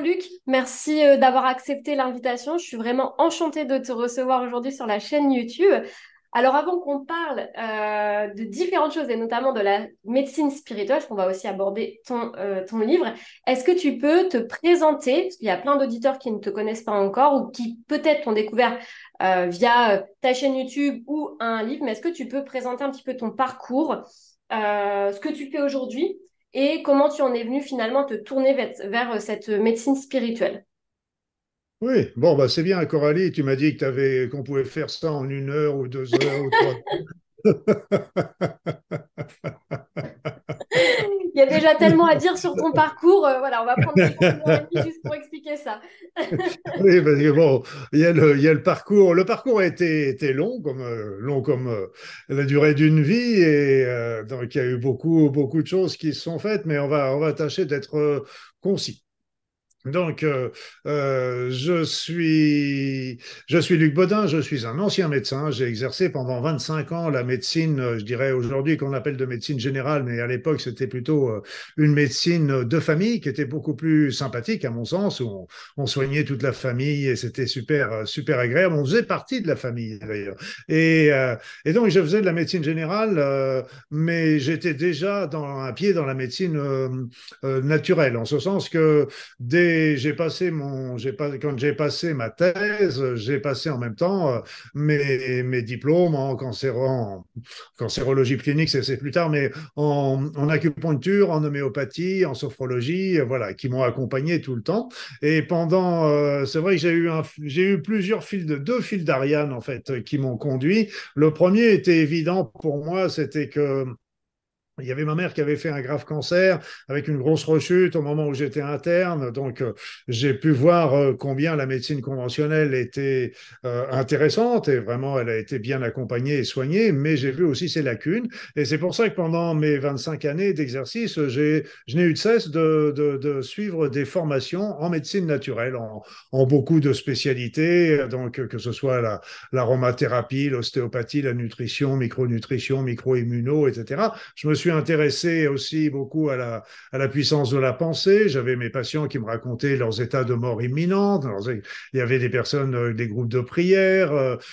Luc, merci d'avoir accepté l'invitation. Je suis vraiment enchantée de te recevoir aujourd'hui sur la chaîne YouTube. Alors avant qu'on parle de différentes choses et notamment de la médecine spirituelle, parce qu'on va aussi aborder ton livre, est-ce que tu peux te présenter, parce qu'il y a plein d'auditeurs qui ne te connaissent pas encore ou qui peut-être t'ont découvert via ta chaîne YouTube ou un livre, mais est-ce que tu peux présenter un petit peu ton parcours, ce que tu fais aujourd'hui et comment tu en es venu finalement te tourner vers cette médecine spirituelle. Oui, bon, bah, c'est bien, Coralie. Tu m'as dit qu'on pouvait faire ça en 1 heure ou 2 heures ou 3 heures. Il y a déjà tellement à dire sur ton parcours, voilà, on va prendre, je pense, 1 heure et demie juste pour expliquer ça. Oui, parce que bon, il y a le parcours. Le parcours a été long comme la durée d'une vie, et donc il y a eu beaucoup, beaucoup de choses qui se sont faites, mais on va tâcher d'être concis. Donc, je suis Luc Bodin, je suis un ancien médecin. J'ai exercé pendant 25 ans la médecine, je dirais aujourd'hui qu'on appelle de médecine générale, mais à l'époque c'était plutôt une médecine de famille qui était beaucoup plus sympathique à mon sens, où on soignait toute la famille et c'était super, super agréable. On faisait partie de la famille d'ailleurs. Et donc je faisais de la médecine générale, mais j'étais déjà un pied dans la médecine naturelle, en ce sens que quand j'ai passé ma thèse, j'ai passé en même temps mes diplômes en cancérologie clinique, c'est plus tard, mais en acupuncture, en homéopathie, en sophrologie, voilà, qui m'ont accompagné tout le temps. Et c'est vrai que j'ai eu deux fils d'Ariane en fait, qui m'ont conduit. Le premier était évident pour moi, c'était que il y avait ma mère qui avait fait un grave cancer avec une grosse rechute au moment où j'étais interne. Donc, j'ai pu voir combien la médecine conventionnelle était intéressante, et vraiment, elle a été bien accompagnée et soignée, mais j'ai vu aussi ses lacunes. Et c'est pour ça que pendant mes 25 années d'exercice, je n'ai eu de cesse de suivre des formations en médecine naturelle, en beaucoup de spécialités, donc que ce soit l'aromathérapie, l'ostéopathie, la nutrition, micronutrition, micro-immuno, etc. Je me suis intéressé aussi beaucoup à la puissance de la pensée. J'avais mes patients qui me racontaient leurs états de mort imminente. Alors, il y avait des personnes, des groupes de prière,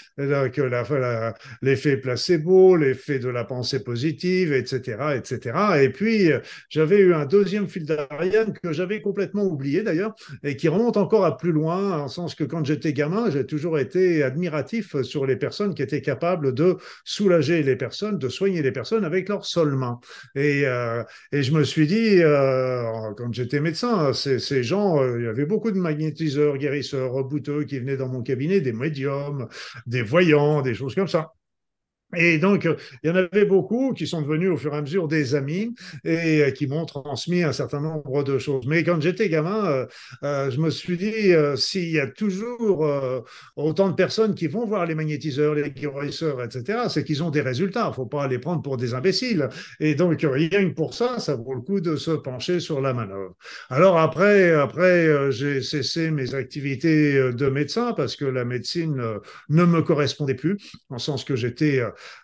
que l'effet placebo, l'effet de la pensée positive, etc., etc. Et puis, j'avais eu un deuxième fil d'Ariane que j'avais complètement oublié d'ailleurs, et qui remonte encore à plus loin, en sens que quand j'étais gamin, j'ai toujours été admiratif sur les personnes qui étaient capables de soulager les personnes, de soigner les personnes avec leur seule main. Et, euh, et je me suis dit, quand j'étais médecin, ces gens, il y avait beaucoup de magnétiseurs, guérisseurs, rebouteux qui venaient dans mon cabinet, des médiums, des voyants, des choses comme ça. Et donc, il y en avait beaucoup qui sont devenus au fur et à mesure des amis, et qui m'ont transmis un certain nombre de choses. Mais quand j'étais gamin, je me suis dit, s'il y a toujours autant de personnes qui vont voir les magnétiseurs, les guérisseurs, etc., c'est qu'ils ont des résultats. Il ne faut pas les prendre pour des imbéciles. Et donc, rien que pour ça, ça vaut le coup de se pencher sur la manœuvre. Alors après, j'ai cessé mes activités de médecin parce que la médecine ne me correspondait plus, en sens que j'étais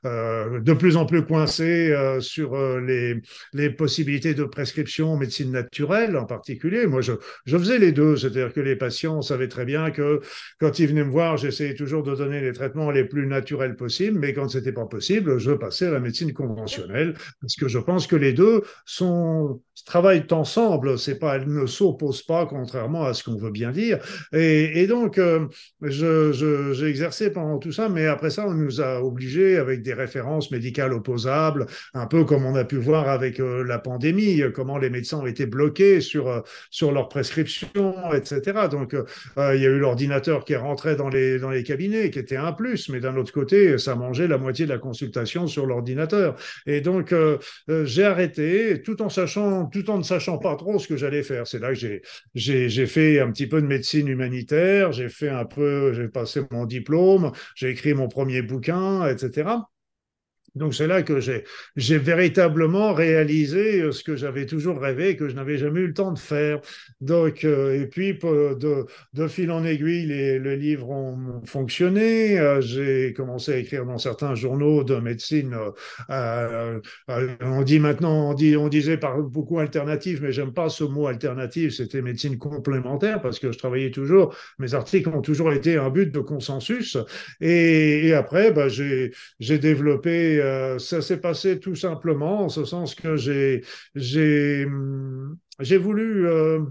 de plus en plus coincé sur les possibilités de prescription en médecine naturelle en particulier. Moi, je faisais les deux, c'est-à-dire que les patients savaient très bien que quand ils venaient me voir, j'essayais toujours de donner les traitements les plus naturels possibles, mais quand c'était pas possible, je passais à la médecine conventionnelle, parce que je pense que les deux travaillent ensemble. C'est pas, elles ne s'opposent pas, contrairement à ce qu'on veut bien dire. Et donc, j'ai exercé pendant tout ça, mais après ça, on nous a obligés avec des références médicales opposables, un peu comme on a pu voir avec la pandémie, comment les médecins ont été bloqués sur leurs prescriptions, etc. Donc, il y a eu l'ordinateur qui est rentré dans les cabinets, qui était un plus, mais d'un autre côté, ça mangeait la moitié de la consultation sur l'ordinateur. Et donc, j'ai arrêté, tout en ne sachant pas trop ce que j'allais faire. C'est là que j'ai fait un petit peu de médecine humanitaire, j'ai passé mon diplôme, j'ai écrit mon premier bouquin, etc. Donc c'est là que j'ai véritablement réalisé ce que j'avais toujours rêvé, que je n'avais jamais eu le temps de faire. Donc et puis de fil en aiguille, les livres ont fonctionné. J'ai commencé à écrire dans certains journaux de médecine. On dit maintenant, on disait par beaucoup alternative, mais j'aime pas ce mot alternative. C'était médecine complémentaire parce que je travaillais toujours. Mes articles ont toujours été un but de consensus. Et après, bah, j'ai développé, ça s'est passé tout simplement en ce sens que j'ai voulu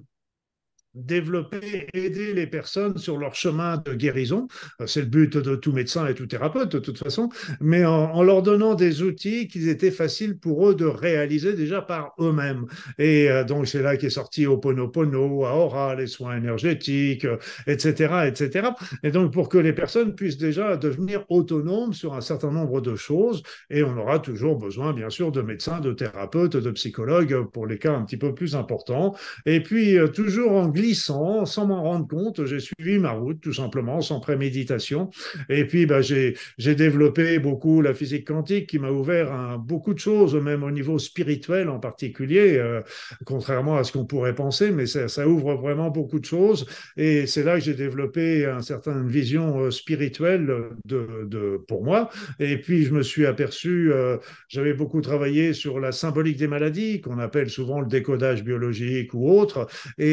développer, aider les personnes sur leur chemin de guérison. C'est le but de tout médecin et tout thérapeute de toute façon, mais en leur donnant des outils qu'ils étaient faciles pour eux de réaliser déjà par eux-mêmes. Et donc c'est là qu'est sorti Ho'oponopono, Aora, les soins énergétiques, etc., etc. Et donc pour que les personnes puissent déjà devenir autonomes sur un certain nombre de choses, et on aura toujours besoin bien sûr de médecins, de thérapeutes, de psychologues pour les cas un petit peu plus importants. Et puis, toujours en glissant, sans m'en rendre compte, j'ai suivi ma route, tout simplement, sans préméditation. Et puis, bah, j'ai développé beaucoup la physique quantique qui m'a ouvert beaucoup de choses, même au niveau spirituel en particulier, contrairement à ce qu'on pourrait penser, mais ça ouvre vraiment beaucoup de choses. Et c'est là que j'ai développé une certaine vision spirituelle pour moi. Et puis, je me suis aperçu, j'avais beaucoup travaillé sur la symbolique des maladies, qu'on appelle souvent le décodage biologique ou autre.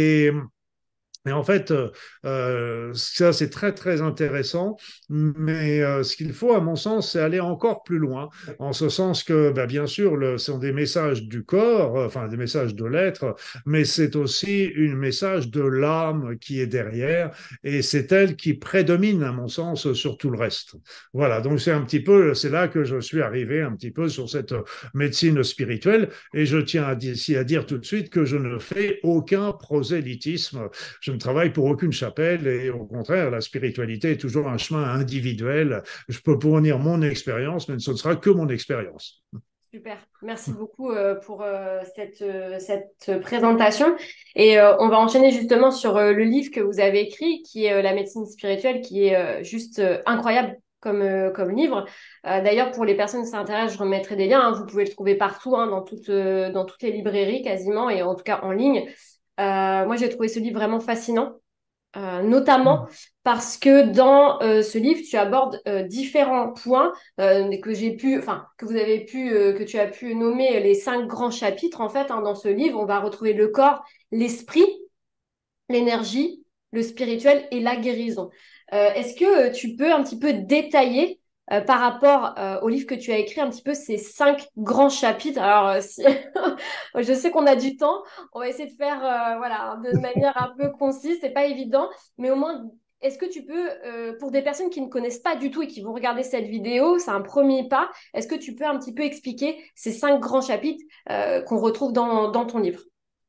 Et en fait, ça c'est très très intéressant, mais ce qu'il faut, à mon sens, c'est aller encore plus loin, en ce sens que, bah, bien sûr, ce sont des messages du corps, enfin des messages de l'être, mais c'est aussi un message de l'âme qui est derrière, et c'est elle qui prédomine, à mon sens, sur tout le reste. Voilà, donc c'est un petit peu, c'est là que je suis arrivé un petit peu sur cette médecine spirituelle, et je tiens à dire tout de suite que je ne fais aucun prosélytisme. Je ne travaille pour aucune chapelle et au contraire, la spiritualité est toujours un chemin individuel. Je peux fournir mon expérience, mais ce ne sera que mon expérience. Super, merci beaucoup pour cette présentation. Et on va enchaîner justement sur le livre que vous avez écrit, qui est La médecine spirituelle, qui est juste incroyable comme livre. D'ailleurs, pour les personnes qui s'intéressent, je remettrai des liens, hein. Vous pouvez le trouver partout, hein, dans toutes les librairies quasiment, et en tout cas en ligne. Moi, j'ai trouvé ce livre vraiment fascinant. Notamment parce que dans ce livre, tu abordes différents points que vous avez pu, que tu as pu nommer les 5 grands chapitres. En fait, hein, dans ce livre, on va retrouver le corps, l'esprit, l'énergie, le spirituel et la guérison. Est-ce que tu peux un petit peu détailler par rapport au livre que tu as écrit un petit peu ces 5 grands chapitres? Alors, je sais qu'on a du temps, on va essayer de faire voilà, de manière un peu concise, c'est pas évident, mais au moins, est-ce que tu peux, pour des personnes qui ne connaissent pas du tout et qui vont regarder cette vidéo, c'est un premier pas, est-ce que tu peux un petit peu expliquer ces 5 grands chapitres qu'on retrouve dans ton livre?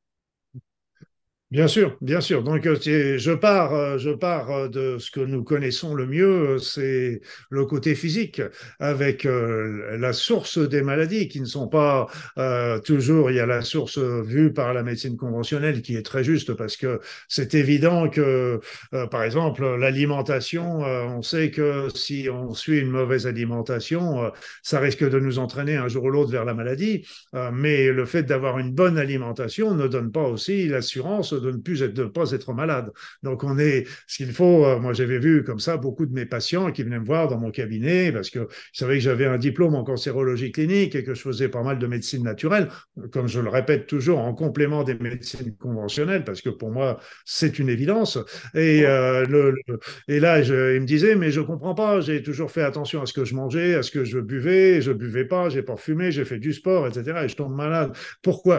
Bien sûr, bien sûr. Donc, je pars de ce que nous connaissons le mieux, c'est le côté physique, avec la source des maladies qui ne sont pas toujours. Il y a la source vue par la médecine conventionnelle qui est très juste parce que c'est évident que, par exemple, l'alimentation, on sait que si on suit une mauvaise alimentation, ça risque de nous entraîner un jour ou l'autre vers la maladie. Mais le fait d'avoir une bonne alimentation ne donne pas aussi l'assurance de ne pas être malade. Donc, ce qu'il faut, moi j'avais vu comme ça beaucoup de mes patients qui venaient me voir dans mon cabinet parce qu'ils savaient que j'avais un diplôme en cancérologie clinique et que je faisais pas mal de médecine naturelle, comme je le répète toujours, en complément des médecines conventionnelles, parce que pour moi, c'est une évidence. Et, et là, il me disait, mais je comprends pas, j'ai toujours fait attention à ce que je mangeais, à ce que je buvais pas, j'ai pas fumé, j'ai fait du sport, etc. Et je tombe malade. Pourquoi?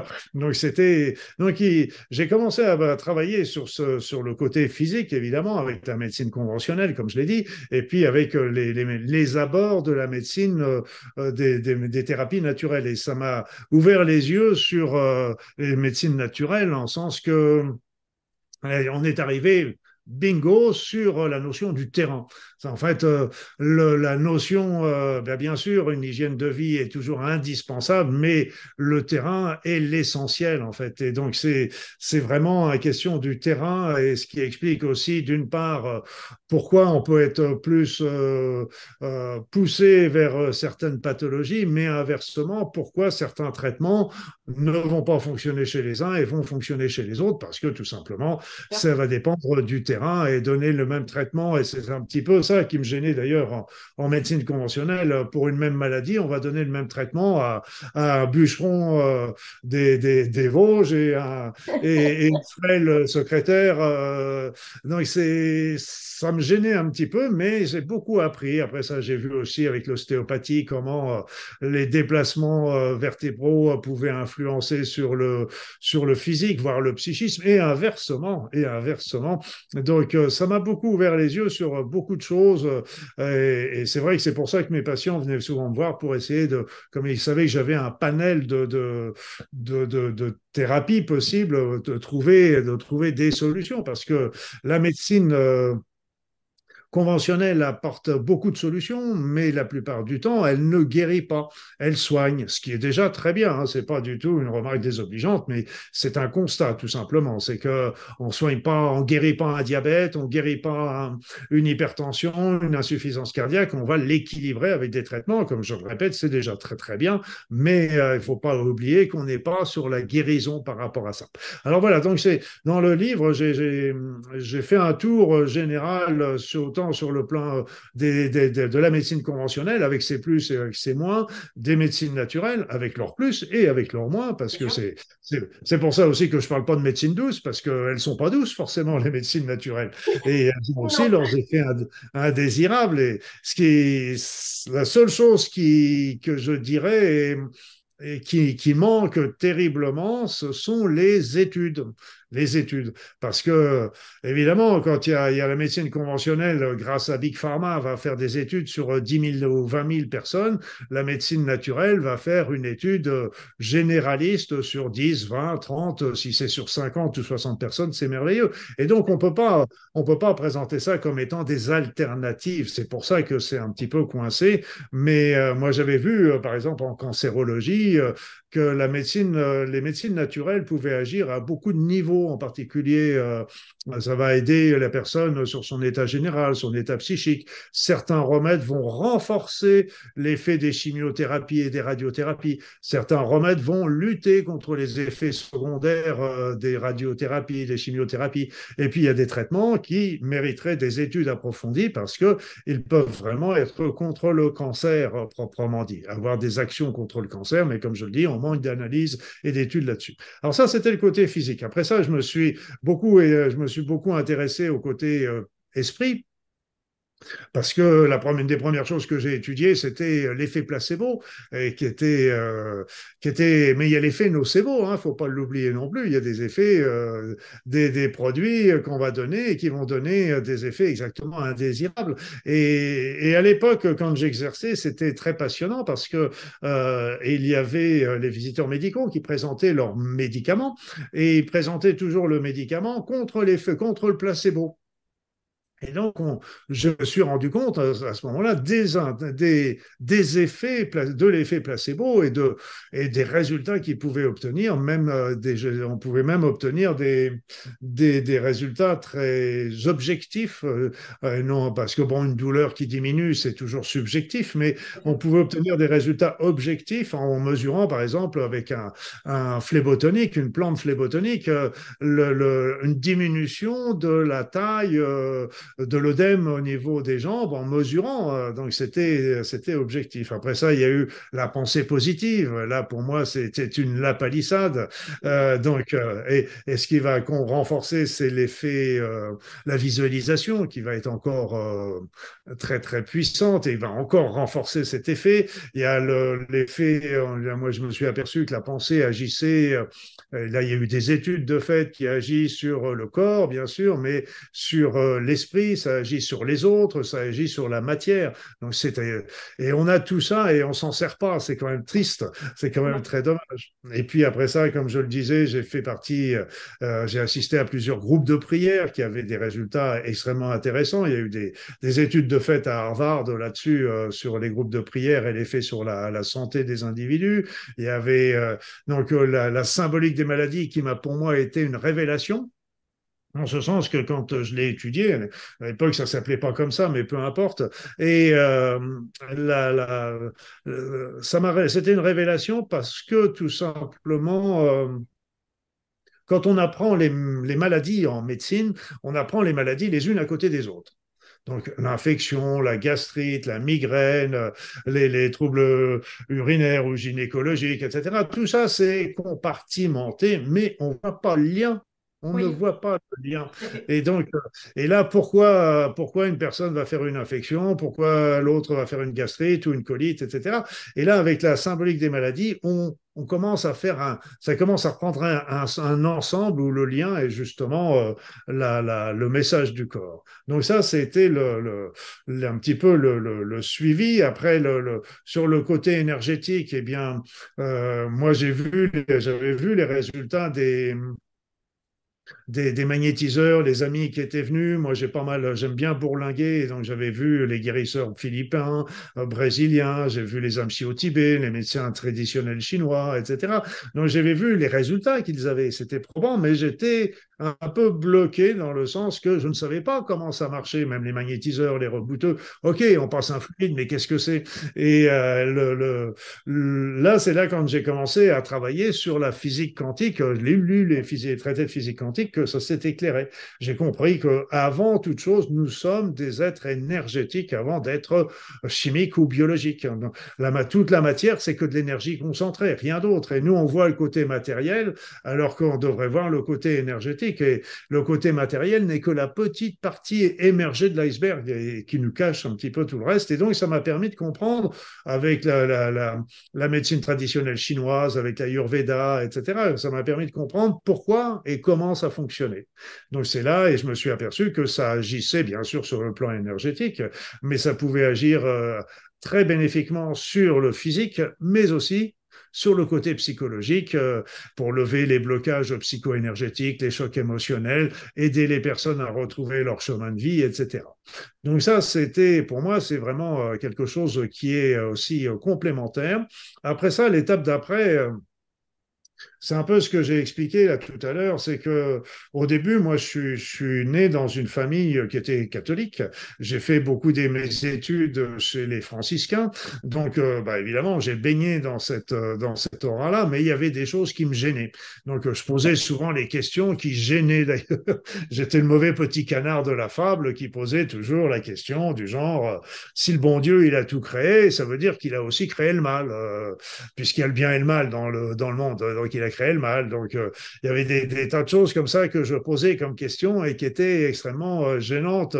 J'ai commencé à travailler sur le côté physique, évidemment, avec la médecine conventionnelle, comme je l'ai dit, et puis avec les abords de la médecine, des thérapies naturelles. Et ça m'a ouvert les yeux sur les médecines naturelles, en sens que on est arrivé bingo sur la notion du terrain. En fait, la notion, bien sûr, une hygiène de vie est toujours indispensable, mais le terrain est l'essentiel, en fait. Et donc, c'est vraiment une question du terrain, et ce qui explique aussi, d'une part, pourquoi on peut être plus poussé vers certaines pathologies, mais inversement, pourquoi certains traitements ne vont pas fonctionner chez les uns et vont fonctionner chez les autres, parce que tout simplement, ça va dépendre du terrain et donner le même traitement. Et c'est un petit peu ça qui me gênait d'ailleurs en médecine conventionnelle. Pour une même maladie, on va donner le même traitement à un bûcheron des Vosges et une frêle secrétaire. Donc ça me gênait un petit peu, mais j'ai beaucoup appris. Après ça, j'ai vu aussi avec l'ostéopathie comment les déplacements vertébraux pouvaient influencer sur le physique, voire le psychisme, et inversement, et inversement. Donc, ça m'a beaucoup ouvert les yeux sur beaucoup de choses, et c'est vrai que c'est pour ça que mes patients venaient souvent me voir pour essayer de, comme ils savaient que j'avais un panel de thérapies possibles, de trouver des solutions, parce que la médecine conventionnelle apporte beaucoup de solutions, mais la plupart du temps, elle ne guérit pas, elle soigne, ce qui est déjà très bien. Hein, c'est pas du tout une remarque désobligeante, mais c'est un constat tout simplement. C'est que on soigne pas, on guérit pas un diabète, on guérit pas une hypertension, une insuffisance cardiaque. On va l'équilibrer avec des traitements. Comme je le répète, c'est déjà très très bien, mais il faut pas oublier qu'on n'est pas sur la guérison par rapport à ça. Alors voilà, donc c'est dans le livre, j'ai fait un tour général sur autant sur le plan de la médecine conventionnelle, avec ses plus et avec ses moins, des médecines naturelles, avec leurs plus et avec leurs moins, parce que c'est pour ça aussi que je ne parle pas de médecine douce, parce qu'elles ne sont pas douces forcément, les médecines naturelles. Et elles ont aussi Non. leurs effets indésirables. Et la seule chose que je dirais et qui manque terriblement, ce sont les études. Les études. Parce que, évidemment, quand il y a la médecine conventionnelle, grâce à Big Pharma, va faire des études sur 10 000 ou 20 000 personnes, la médecine naturelle va faire une étude généraliste sur 10, 20, 30, si c'est sur 50 ou 60 personnes, c'est merveilleux. Et donc, on peut pas présenter ça comme étant des alternatives. C'est pour ça que c'est un petit peu coincé. Mais moi, j'avais vu, par exemple, en cancérologie, que les médecines naturelles pouvaient agir à beaucoup de niveaux, en particulier, ça va aider la personne sur son état général, son état psychique. Certains remèdes vont renforcer l'effet des chimiothérapies et des radiothérapies. Certains remèdes vont lutter contre les effets secondaires des radiothérapies, des chimiothérapies. Et puis, il y a des traitements qui mériteraient des études approfondies parce qu'ils peuvent vraiment être contre le cancer proprement dit, avoir des actions contre le cancer, mais comme je le dis, on manque d'analyse et d'études là-dessus. Alors ça, c'était le côté physique. Après ça, je me suis beaucoup intéressé au côté esprit, parce que une des premières choses que j'ai étudiées, c'était l'effet placebo, et mais il y a l'effet nocebo, hein, faut pas l'oublier non plus. Il y a des effets, des produits qu'on va donner et qui vont donner des effets exactement indésirables. Et à l'époque, quand j'exerçais, c'était très passionnant parce que il y avait les visiteurs médicaux qui présentaient leurs médicaments et ils présentaient toujours le médicament contre l'effet, contre le placebo. Et donc, je me suis rendu compte à ce moment-là des effets de l'effet placebo et des résultats qu'ils pouvaient obtenir. Même on pouvait même obtenir des résultats très objectifs. Non, parce que bon, une douleur qui diminue, c'est toujours subjectif, mais on pouvait obtenir des résultats objectifs en mesurant, par exemple, avec un phlébotonique, une plante phlébotonique, une diminution de la taille de l'œdème au niveau des jambes en mesurant. Donc, c'était objectif. Après ça, il y a eu la pensée positive. Là, pour moi, c'était une lapalissade. Et ce qui va renforcer, c'est l'effet, la visualisation qui va être encore très, très puissante et il va encore renforcer cet effet. Il y a l'effet, moi, je me suis aperçu que la pensée agissait, là, il y a eu des études de fait qui agissent sur le corps, bien sûr, mais sur l'esprit l'esprit, ça agit sur les autres, ça agit sur la matière. Donc et on a tout ça et on s'en sert pas. C'est quand même triste. C'est quand même très dommage. Et puis après ça, comme je le disais, j'ai assisté à plusieurs groupes de prière qui avaient des résultats extrêmement intéressants. Il y a eu des études de fait à Harvard là-dessus, sur les groupes de prière et l'effet sur la santé des individus. Il y avait la symbolique des maladies qui m'a pour moi été une révélation. En ce sens que quand je l'ai étudié, à l'époque ça s'appelait pas comme ça, mais peu importe. Et la, la, c'était une révélation parce que tout simplement, quand on apprend les maladies en médecine, on apprend les maladies les unes à côté des autres. Donc l'infection, la gastrite, la migraine, les troubles urinaires ou gynécologiques, etc. Tout ça, c'est compartimenté, mais on ne voit pas le lien. On ne Oui. voit pas le lien. Et donc, et là, pourquoi une personne va faire une infection, pourquoi l'autre va faire une gastrite ou une colite, etc. Et là, avec la symbolique des maladies, on commence à ça commence à reprendre un ensemble où le lien est justement le message du corps. Donc ça, c'était un petit peu le suivi. Après, sur le côté énergétique, eh bien, moi, j'avais vu les résultats des magnétiseurs, les amis qui étaient venus. Moi, j'aime bien bourlinguer, et donc j'avais vu les guérisseurs philippins, brésiliens, j'ai vu les amchi au Tibet, les médecins traditionnels chinois, etc. Donc j'avais vu les résultats qu'ils avaient. C'était probant, mais j'étais un peu bloqué dans le sens que je ne savais pas comment ça marchait, même les magnétiseurs, les rebouteux. Ok, on passe un fluide, mais qu'est-ce que c'est? Et là, c'est là quand j'ai commencé à travailler sur la physique quantique. J'ai lu les traités de physique quantique, que ça s'est éclairé. J'ai compris qu'avant toute chose, nous sommes des êtres énergétiques avant d'être chimiques ou biologiques. Toute la matière, c'est que de l'énergie concentrée, rien d'autre. Et nous, on voit le côté matériel, alors qu'on devrait voir le côté énergétique. Et le côté matériel n'est que la petite partie émergée de l'iceberg et qui nous cache un petit peu tout le reste. Et donc, ça m'a permis de comprendre avec la médecine traditionnelle chinoise, avec l'Ayurveda, etc. Ça m'a permis de comprendre pourquoi et comment ça fonctionnait. Donc c'est là, et je me suis aperçu que ça agissait bien sûr sur le plan énergétique, mais ça pouvait agir très bénéfiquement sur le physique, mais aussi sur le côté psychologique, pour lever les blocages psycho-énergétiques, les chocs émotionnels, aider les personnes à retrouver leur chemin de vie, etc. Donc ça, pour moi, c'est vraiment quelque chose qui est aussi complémentaire. Après ça, l'étape d'après, c'est un peu ce que j'ai expliqué là tout à l'heure, c'est que au début, moi, je suis né dans une famille qui était catholique. J'ai fait beaucoup de mes études chez les franciscains, donc évidemment, j'ai baigné dans cette aura-là, mais il y avait des choses qui me gênaient. Donc, je posais souvent les questions qui gênaient d'ailleurs. J'étais le mauvais petit canard de la fable qui posait toujours la question du genre si le bon Dieu il a tout créé, ça veut dire qu'il a aussi créé le mal, puisqu'il y a le bien et le mal dans le monde. Donc, il a créé le mal. Donc, il y avait des tas de choses comme ça que je posais comme questions et qui étaient extrêmement gênantes,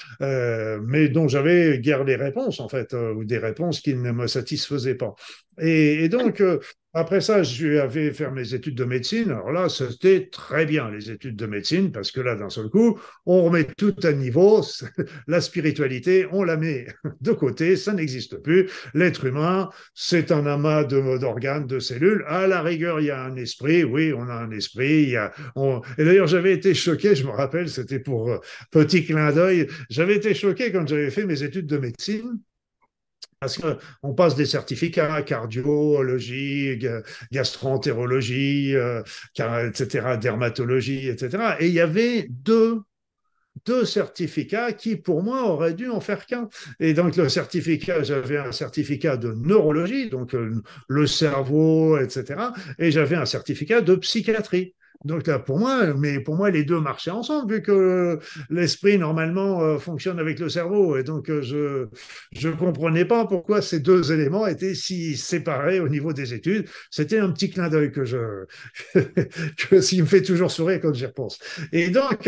mais dont j'avais guère les réponses, en fait, ou des réponses qui ne me satisfaisaient pas. Et donc, après ça, je avais fait mes études de médecine. Alors là, c'était très bien, les études de médecine, parce que là, d'un seul coup, on remet tout à niveau. La spiritualité, on la met de côté, ça n'existe plus. L'être humain, c'est un amas d'organes, de cellules. À la rigueur, il y a un esprit. Oui, on a un esprit. Et d'ailleurs, j'avais été choqué, je me rappelle, c'était pour petit clin d'œil. J'avais été choqué quand j'avais fait mes études de médecine. Parce qu'on passe des certificats, cardiologie, gastroentérologie, etc., dermatologie, etc. Et il y avait deux certificats qui, pour moi, auraient dû en faire qu'un. Et donc, j'avais un certificat de neurologie, donc le cerveau, etc. Et j'avais un certificat de psychiatrie. Donc là, pour moi, les deux marchaient ensemble, vu que l'esprit, normalement, fonctionne avec le cerveau. Et donc, je comprenais pas pourquoi ces deux éléments étaient si séparés au niveau des études. C'était un petit clin d'œil qui me fait toujours sourire quand j'y repense. Et donc,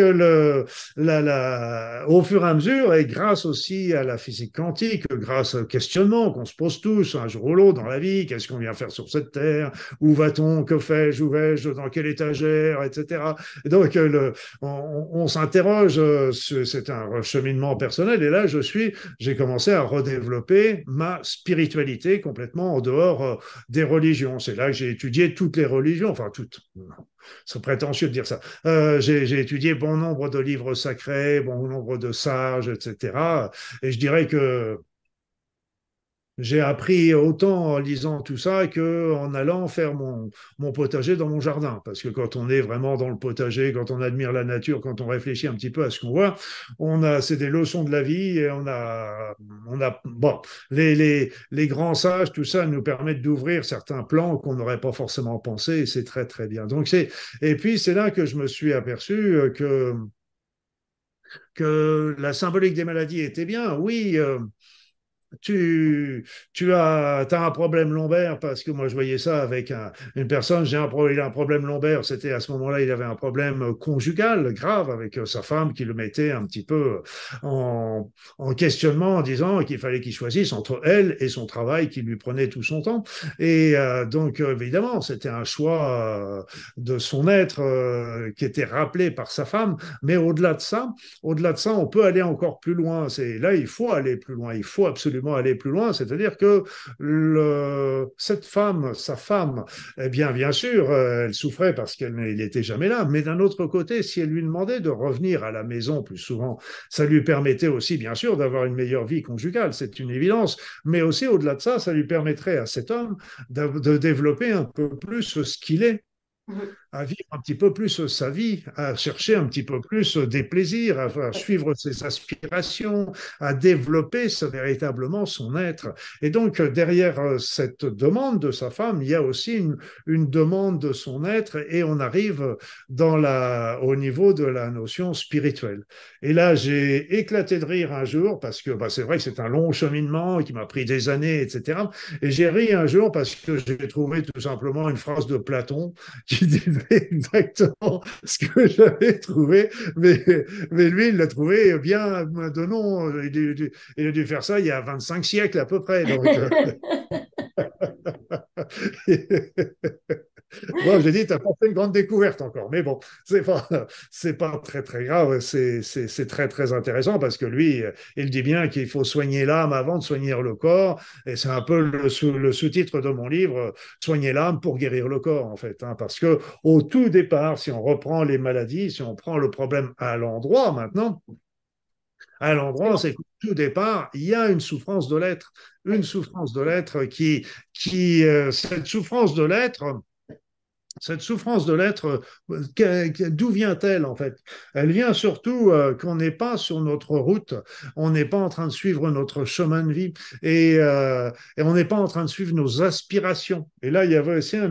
au fur et à mesure, et grâce aussi à la physique quantique, grâce au questionnement qu'on se pose tous un jour ou l'autre dans la vie, qu'est-ce qu'on vient faire sur cette terre? Où va-t-on? Que fais-je? Où vais-je? Dans quel état j'ai? cancer, etc. Et donc, on s'interroge, c'est un cheminement personnel, et là, j'ai commencé à redévelopper ma spiritualité complètement en dehors des religions. C'est là que j'ai étudié toutes les religions, enfin toutes. C'est prétentieux de dire ça. J'ai étudié bon nombre de livres sacrés, bon nombre de sages, etc. Et je dirais que j'ai appris autant en lisant tout ça qu'en allant faire mon potager dans mon jardin. Parce que quand on est vraiment dans le potager, quand on admire la nature, quand on réfléchit un petit peu à ce qu'on voit, c'est des leçons de la vie et bon, les grands sages, tout ça nous permet d'ouvrir certains plans qu'on n'aurait pas forcément pensé et c'est très, très bien. Et puis c'est là que je me suis aperçu que la symbolique des maladies était bien. Oui, tu as un problème lombaire parce que moi je voyais ça avec une personne, il a un problème lombaire, c'était à ce moment-là, il avait un problème conjugal grave avec sa femme qui le mettait un petit peu en questionnement en disant qu'il fallait qu'il choisisse entre elle et son travail qui lui prenait tout son temps. Et donc évidemment, c'était un choix de son être qui était rappelé par sa femme, mais au-delà de ça, on peut aller encore plus loin. Là, il faut aller plus loin. Il faut absolument aller plus loin. C'est-à-dire que cette femme, sa femme, eh bien sûr, elle souffrait parce qu'il n'était jamais là. Mais d'un autre côté, si elle lui demandait de revenir à la maison plus souvent, ça lui permettait aussi, bien sûr, d'avoir une meilleure vie conjugale. C'est une évidence. Mais aussi, au-delà de ça, ça lui permettrait à cet homme de développer un peu plus ce qu'il est, Mhm. à vivre un petit peu plus sa vie, à chercher un petit peu plus des plaisirs, à suivre ses aspirations, à développer véritablement son être. Et donc, derrière cette demande de sa femme, il y a aussi une demande de son être et on arrive au niveau de la notion spirituelle. Et là, j'ai éclaté de rire un jour parce que c'est vrai que c'est un long cheminement qui m'a pris des années, etc. Et j'ai ri un jour parce que j'ai trouvé tout simplement une phrase de Platon qui disait exactement ce que j'avais trouvé, mais lui, il l'a trouvé bien de nom. Il a dû faire ça il y a 25 siècles à peu près. Donc, bon, j'ai dit, tu as pas fait une grande découverte encore, mais bon, c'est pas très, très grave. C'est très, très intéressant parce que lui, il dit bien qu'il faut soigner l'âme avant de soigner le corps. Et c'est un peu le sous-titre de mon livre, Soigner l'âme pour guérir le corps, en fait. Hein, parce que au tout départ, si on reprend les maladies, si on prend le problème à l'endroit maintenant, à l'endroit, c'est qu'au tout départ, il y a une souffrance de l'être. Une Oui. souffrance de l'être cette souffrance de l'être, d'où vient-elle en fait? Elle vient surtout qu'on n'est pas sur notre route, on n'est pas en train de suivre notre chemin de vie et on n'est pas en train de suivre nos aspirations. Et là, il y avait aussi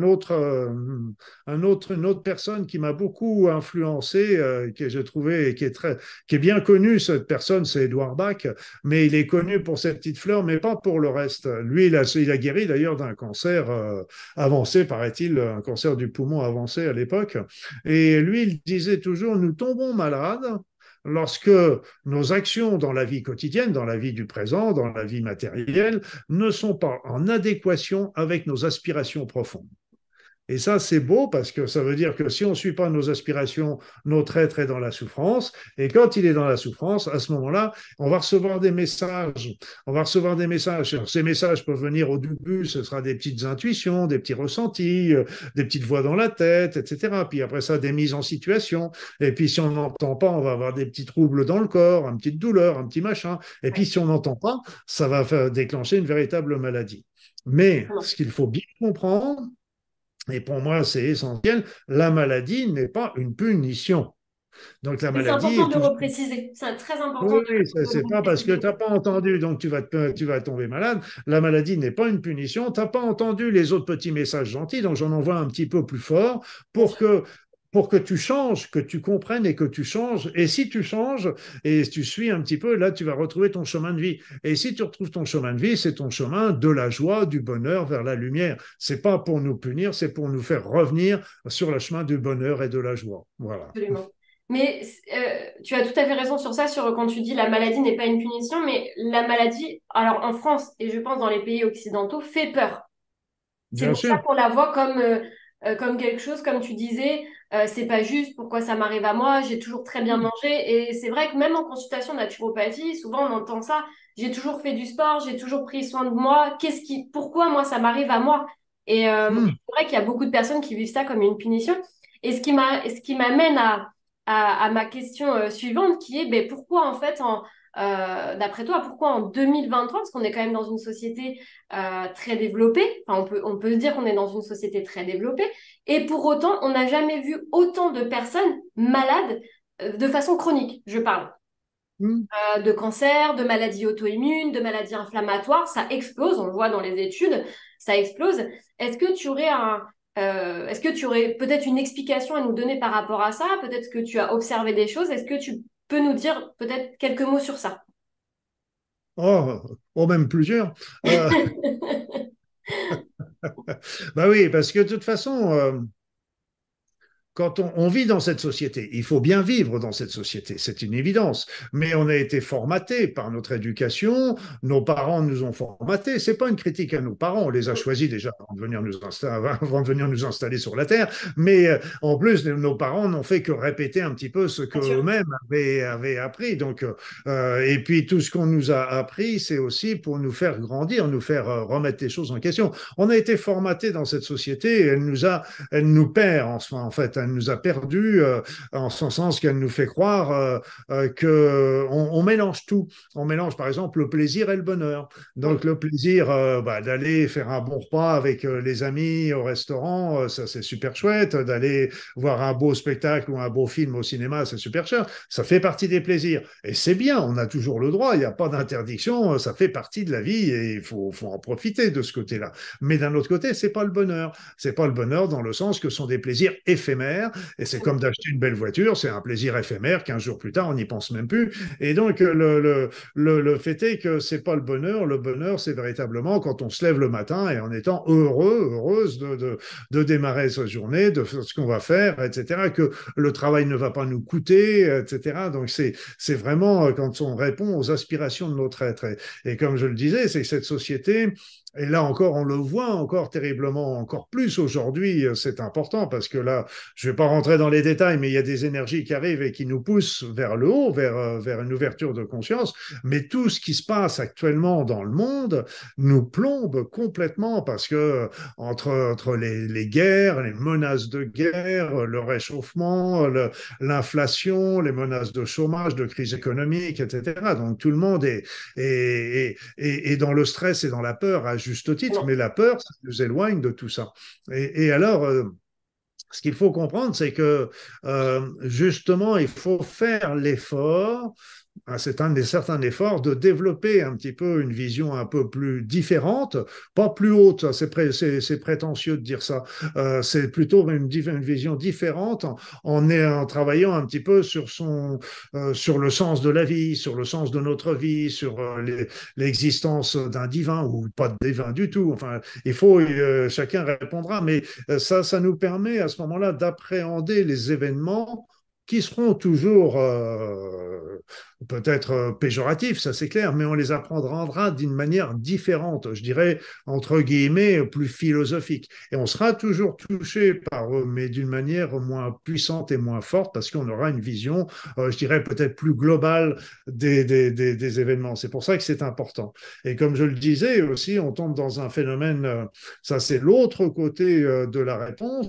une autre personne qui m'a beaucoup influencé, que j'ai trouvé, qui est bien connue, cette personne, c'est Édouard Bach, mais il est connu pour cette petite fleur, mais pas pour le reste. Lui, il a guéri d'ailleurs d'un cancer avancé, paraît-il, un cancer du poumon avancé à l'époque. Et lui, il disait toujours, nous tombons malades lorsque nos actions dans la vie quotidienne, dans la vie du présent, dans la vie matérielle, ne sont pas en adéquation avec nos aspirations profondes. Et ça, c'est beau parce que ça veut dire que si on ne suit pas nos aspirations, notre être est dans la souffrance. Et quand il est dans la souffrance, à ce moment-là, on va recevoir des messages. On va recevoir des messages. Alors, ces messages peuvent venir au début, ce sera des petites intuitions, des petits ressentis, des petites voix dans la tête, etc. Puis après ça, des mises en situation. Et puis si on n'entend pas, on va avoir des petits troubles dans le corps, une petite douleur, un petit machin. Et puis si on n'entend pas, ça va déclencher une véritable maladie. Mais ce qu'il faut bien comprendre, et pour moi, c'est essentiel. La maladie n'est pas une punition. Donc la Mais c'est maladie important est de toujours. repréciser. C'est très important Oui, oui, de c'est pas parce que tu repréciser. n'as pas entendu, donc tu vas tomber malade. La maladie n'est pas une punition. Tu n'as pas entendu les autres petits messages gentils, donc j'en envoie un petit peu plus fort Bien pour sûr. que, pour que tu changes, que tu comprennes et que tu changes. Et si tu changes et tu suis un petit peu, là, tu vas retrouver ton chemin de vie. Et si tu retrouves ton chemin de vie, c'est ton chemin de la joie, du bonheur vers la lumière. C'est pas pour nous punir, c'est pour nous faire revenir sur le chemin du bonheur et de la joie. Voilà. Absolument. Mais tu as tout à fait raison sur ça, sur quand tu dis la maladie n'est pas une punition, mais la maladie, alors en France et je pense dans les pays occidentaux, fait peur. C'est Bien pour ça sûr. qu'on la voit comme comme quelque chose, comme tu disais, c'est pas juste, pourquoi ça m'arrive à moi, j'ai toujours très bien mangé. Et c'est vrai que même en consultation naturopathie, souvent on entend ça, j'ai toujours fait du sport, j'ai toujours pris soin de moi, pourquoi moi ça m'arrive à moi? Hmm. C'est vrai qu'il y a beaucoup de personnes qui vivent ça comme une punition. Et ce qui m'amène à ma question suivante, qui est, ben, pourquoi en fait, d'après toi, pourquoi en 2023, parce qu'on est quand même dans une société très développée, enfin on peut se dire qu'on est dans une société très développée, et pour autant, on n'a jamais vu autant de personnes malades de façon chronique, je parle. Hmm. De cancer, de maladies auto-immunes, de maladies inflammatoires, ça explose, on le voit dans les études, ça explose. Est-ce que tu aurais peut-être une explication à nous donner par rapport à ça? Peut-être que tu as observé des choses. Est-ce que tu peux nous dire peut-être quelques mots sur ça? Oh, oh, même plusieurs. Euh, Bah oui, parce que de toute façon, quand on vit dans cette société, il faut bien vivre dans cette société, c'est une évidence. Mais on a été formaté par notre éducation, nos parents nous ont formatés. C'est pas une critique à nos parents, on les a choisis déjà avant de venir nous installer sur la terre. Mais en plus, nos parents n'ont fait que répéter un petit peu ce Bien sûr. qu'eux-mêmes avaient appris. Donc, et puis tout ce qu'on nous a appris, c'est aussi pour nous faire grandir, nous faire remettre les choses en question. On a été formaté dans cette société, et elle nous perd en fait. Elle nous a perdus en ce sens qu'elle nous fait croire que on mélange tout. On mélange par exemple le plaisir et le bonheur. Oui, Donc le plaisir d'aller faire un bon repas avec les amis au restaurant, ça c'est super chouette. D'aller voir un beau spectacle ou un beau film au cinéma, c'est super cher. Ça fait partie des plaisirs. Et c'est bien, on a toujours le droit, il n'y a pas d'interdiction, ça fait partie de la vie et faut en profiter de ce côté-là. Mais d'un autre côté, c'est pas le bonheur. C'est pas le bonheur dans le sens que ce sont des plaisirs éphémères. Et c'est comme d'acheter une belle voiture, c'est un plaisir éphémère. 15 jours plus tard, on n'y pense même plus. Et donc, le fait est que c'est pas le bonheur. Le bonheur, c'est véritablement quand on se lève le matin et en étant heureux, heureuse de démarrer sa journée, de faire ce qu'on va faire, etc. Que le travail ne va pas nous coûter, etc. Donc, c'est vraiment quand on répond aux aspirations de notre être. Et comme je le disais, c'est que cette société, et là encore, on le voit encore terriblement, encore plus aujourd'hui, c'est important parce que là, je ne vais pas rentrer dans les détails, mais il y a des énergies qui arrivent et qui nous poussent vers le haut, vers une ouverture de conscience. Mais tout ce qui se passe actuellement dans le monde nous plombe complètement parce que entre les guerres, les menaces de guerre, le réchauffement, l'inflation, les menaces de chômage, de crise économique, etc. Donc tout le monde est dans le stress et dans la peur à juste titre, mais non. la peur, ça nous éloigne de tout ça. Et alors, ce qu'il faut comprendre, c'est que justement, il faut faire l'effort, c'est un certain effort de développer un petit peu une vision un peu plus différente, pas plus haute, c'est prétentieux de dire ça, c'est plutôt une vision différente en travaillant un petit peu sur le sens de la vie, sur le sens de notre vie, sur l'existence d'un divin ou pas de divin du tout. Enfin, chacun répondra, mais ça nous permet à ce moment-là d'appréhender les événements qui seront toujours peut-être péjoratifs, ça c'est clair, mais on les apprendra d'une manière différente, je dirais, entre guillemets, plus philosophique. Et on sera toujours touché par eux, mais d'une manière moins puissante et moins forte, parce qu'on aura une vision, je dirais, peut-être plus globale des événements. C'est pour ça que c'est important. Et comme je le disais aussi, on tombe dans un phénomène, ça c'est l'autre côté de la réponse,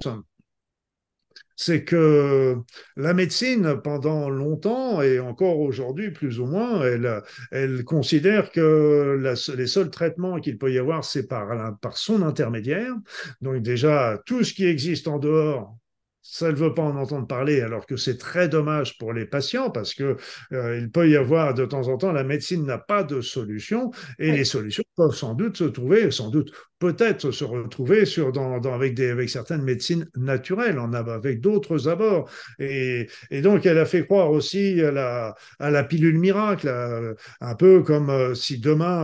c'est que la médecine, pendant longtemps et encore aujourd'hui plus ou moins, elle considère que les seuls traitements qu'il peut y avoir, c'est par son intermédiaire. Donc déjà, tout ce qui existe en dehors, ça ne veut pas en entendre parler, alors que c'est très dommage pour les patients parce que il peut y avoir de temps en temps, la médecine n'a pas de solution et les Oui. solutions peuvent sans doute se trouver, sans doute peut-être se retrouver avec certaines médecines naturelles, avec d'autres abords. Et donc, elle a fait croire aussi à la pilule miracle, un peu comme si demain,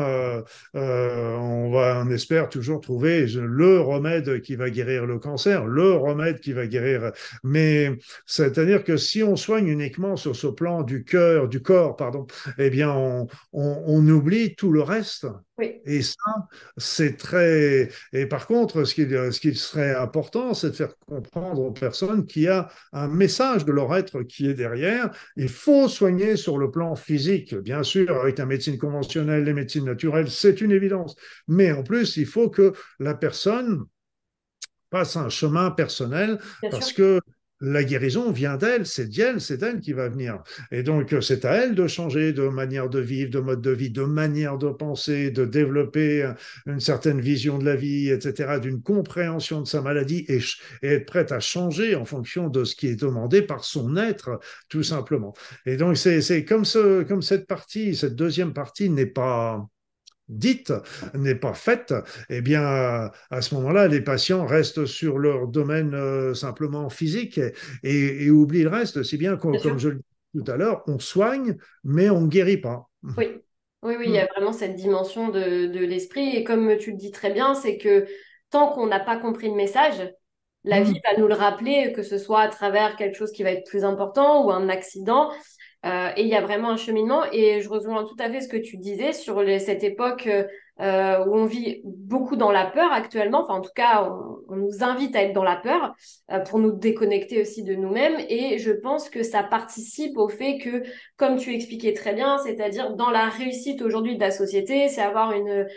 on espère toujours trouver le remède qui va guérir le cancer, le remède qui va guérir. Mais c'est-à-dire que si on soigne uniquement sur ce plan du corps, pardon, eh bien, on oublie tout le reste. Oui, Et ça, c'est très. Et par contre, ce qui serait important, c'est de faire comprendre aux personnes qu'il y a un message de leur être qui est derrière. Il faut soigner sur le plan physique, bien sûr, avec la médecine conventionnelle, les médecines naturelles, c'est une évidence. Mais en plus, il faut que la personne passe un chemin personnel bien sûr. parce que la guérison vient d'elle, c'est d'elle qui va venir. Et donc, c'est à elle de changer de manière de vivre, de mode de vie, de manière de penser, de développer une certaine vision de la vie, etc., d'une compréhension de sa maladie et être prête à changer en fonction de ce qui est demandé par son être, tout simplement. Et donc, c'est comme cette partie, cette deuxième partie n'est pas dite n'est pas faite, eh bien, à ce moment-là, les patients restent sur leur domaine simplement physique et oublient le reste. Si bien que, Bien comme sûr. je le disais tout à l'heure, on soigne, mais on ne guérit pas. Oui, oui, oui, il y Hmm. a vraiment cette dimension de l'esprit. Et comme tu le dis très bien, c'est que tant qu'on n'a pas compris le message, la vie Hmm. va nous le rappeler, que ce soit à travers quelque chose qui va être plus important ou un accident. Et il y a vraiment un cheminement. Et je rejoins tout à fait ce que tu disais sur cette époque où on vit beaucoup dans la peur actuellement. Enfin, en tout cas, on nous invite à être dans la peur pour nous déconnecter aussi de nous-mêmes. Et je pense que ça participe au fait que, comme tu expliquais très bien, c'est-à-dire dans la réussite aujourd'hui de la société, c'est avoir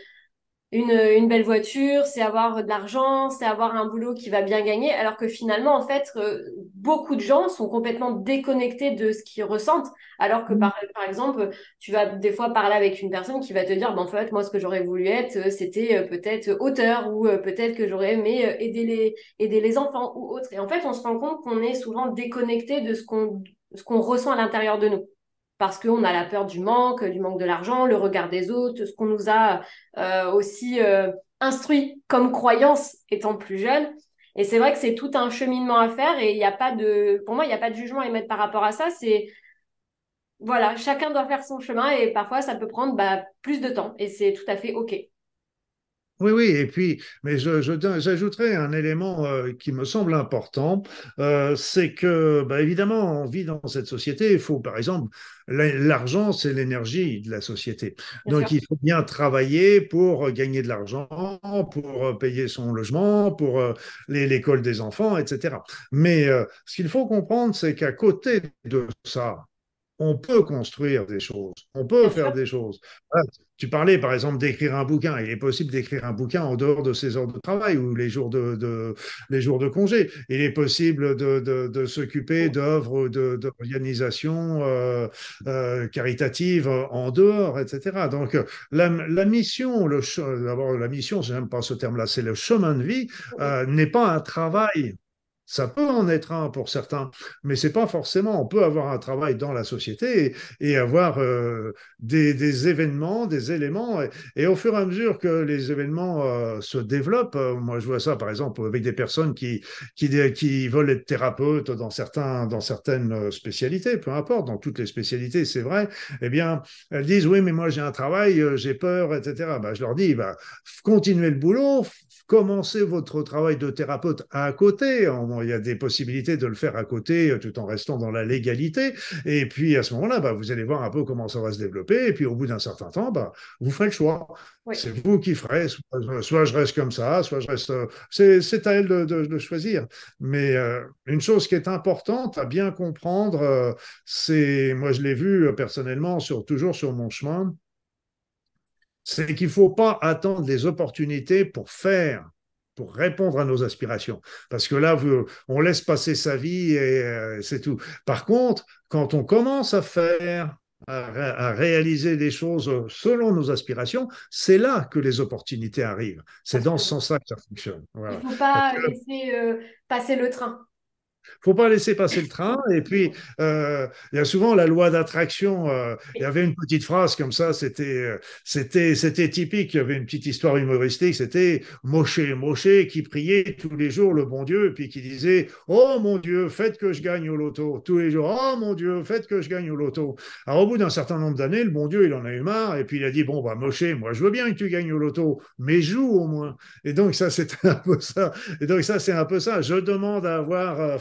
une belle voiture, c'est avoir de l'argent, c'est avoir un boulot qui va bien gagner, alors que finalement, en fait, beaucoup de gens sont complètement déconnectés de ce qu'ils ressentent, alors que par exemple, tu vas des fois parler avec une personne qui va te dire, ben, en fait, moi, ce que j'aurais voulu être, c'était peut-être auteur, ou peut-être que j'aurais aimé aider les enfants ou autre. Et en fait, on se rend compte qu'on est souvent déconnecté de ce qu'on ressent à l'intérieur de nous parce qu'on a la peur du manque de l'argent, le regard des autres, ce qu'on nous a aussi instruit comme croyance étant plus jeune. Et c'est vrai que c'est tout un cheminement à faire et il n'y a pas de, pour moi, il n'y a pas de jugement à émettre par rapport à ça. C'est, voilà, chacun doit faire son chemin et parfois ça peut prendre bah, plus de temps et c'est tout à fait OK. Oui, oui, et puis, mais j'ajouterais un élément qui me semble important, c'est que, bah, évidemment, on vit dans cette société. Il faut, par exemple, l'argent, c'est l'énergie de la société. Bien Donc, sûr. il faut bien travailler pour gagner de l'argent, pour payer son logement, pour l'école des enfants, etc. Mais ce qu'il faut comprendre, c'est qu'à côté de ça, on peut construire des choses, on peut Bien faire sûr. des choses. Voilà. Tu parlais, par exemple, d'écrire un bouquin. Il est possible d'écrire un bouquin en dehors de ses heures de travail ou les jours de congé. Il est possible de s'occuper d'œuvres d'organisation caritative en dehors, etc. Donc, la mission, d'abord, la mission, je n'aime pas ce terme-là, c'est le chemin de vie, n'est pas un travail. Ça peut en être un pour certains, mais c'est pas forcément. On peut avoir un travail dans la société et avoir des événements, des éléments. Et au fur et à mesure que les événements se développent, moi je vois ça par exemple avec des personnes qui veulent être thérapeutes dans certaines spécialités, peu importe, dans toutes les spécialités, c'est vrai. Eh bien, elles disent oui, mais moi j'ai un travail, j'ai peur, etc. Ben, je leur dis, bah, continuez le boulot, commencez votre travail de thérapeute à côté. Il y a des possibilités de le faire à côté tout en restant dans la légalité. Et puis à ce moment-là, bah, vous allez voir un peu comment ça va se développer. Et puis au bout d'un certain temps, bah, vous ferez le choix. Oui. C'est vous qui ferez. Soit je reste comme ça, soit je reste. C'est à elle de choisir. Mais une chose qui est importante à bien comprendre, c'est, moi je l'ai vu personnellement, toujours sur mon chemin, c'est qu'il ne faut pas attendre les opportunités pour faire, pour répondre à nos aspirations. Parce que là, on laisse passer sa vie et c'est tout. Par contre, quand on commence à faire, à réaliser des choses selon nos aspirations, c'est là que les opportunités arrivent. C'est dans ce Absolument. sens-là que ça fonctionne. Il Voilà. faut Parce pas que laisser passer le train. faut pas laisser passer le train. Et puis, il y a souvent la loi d'attraction. Il y Oui. avait une petite phrase comme ça, c'était typique. Il y avait une petite histoire humoristique. C'était Moshe qui priait tous les jours le bon Dieu, et puis qui disait, oh mon Dieu, faites que je gagne au loto. Tous les jours, oh mon Dieu, faites que je gagne au loto. Alors, au bout d'un certain nombre d'années, le bon Dieu, il en a eu marre, et puis il a dit, bon, bah, Moshe, moi, je veux bien que tu gagnes au loto, mais joue au moins. Et donc, ça, c'était un peu ça. Et donc, ça, c'est un peu ça. Je demande à avoir fait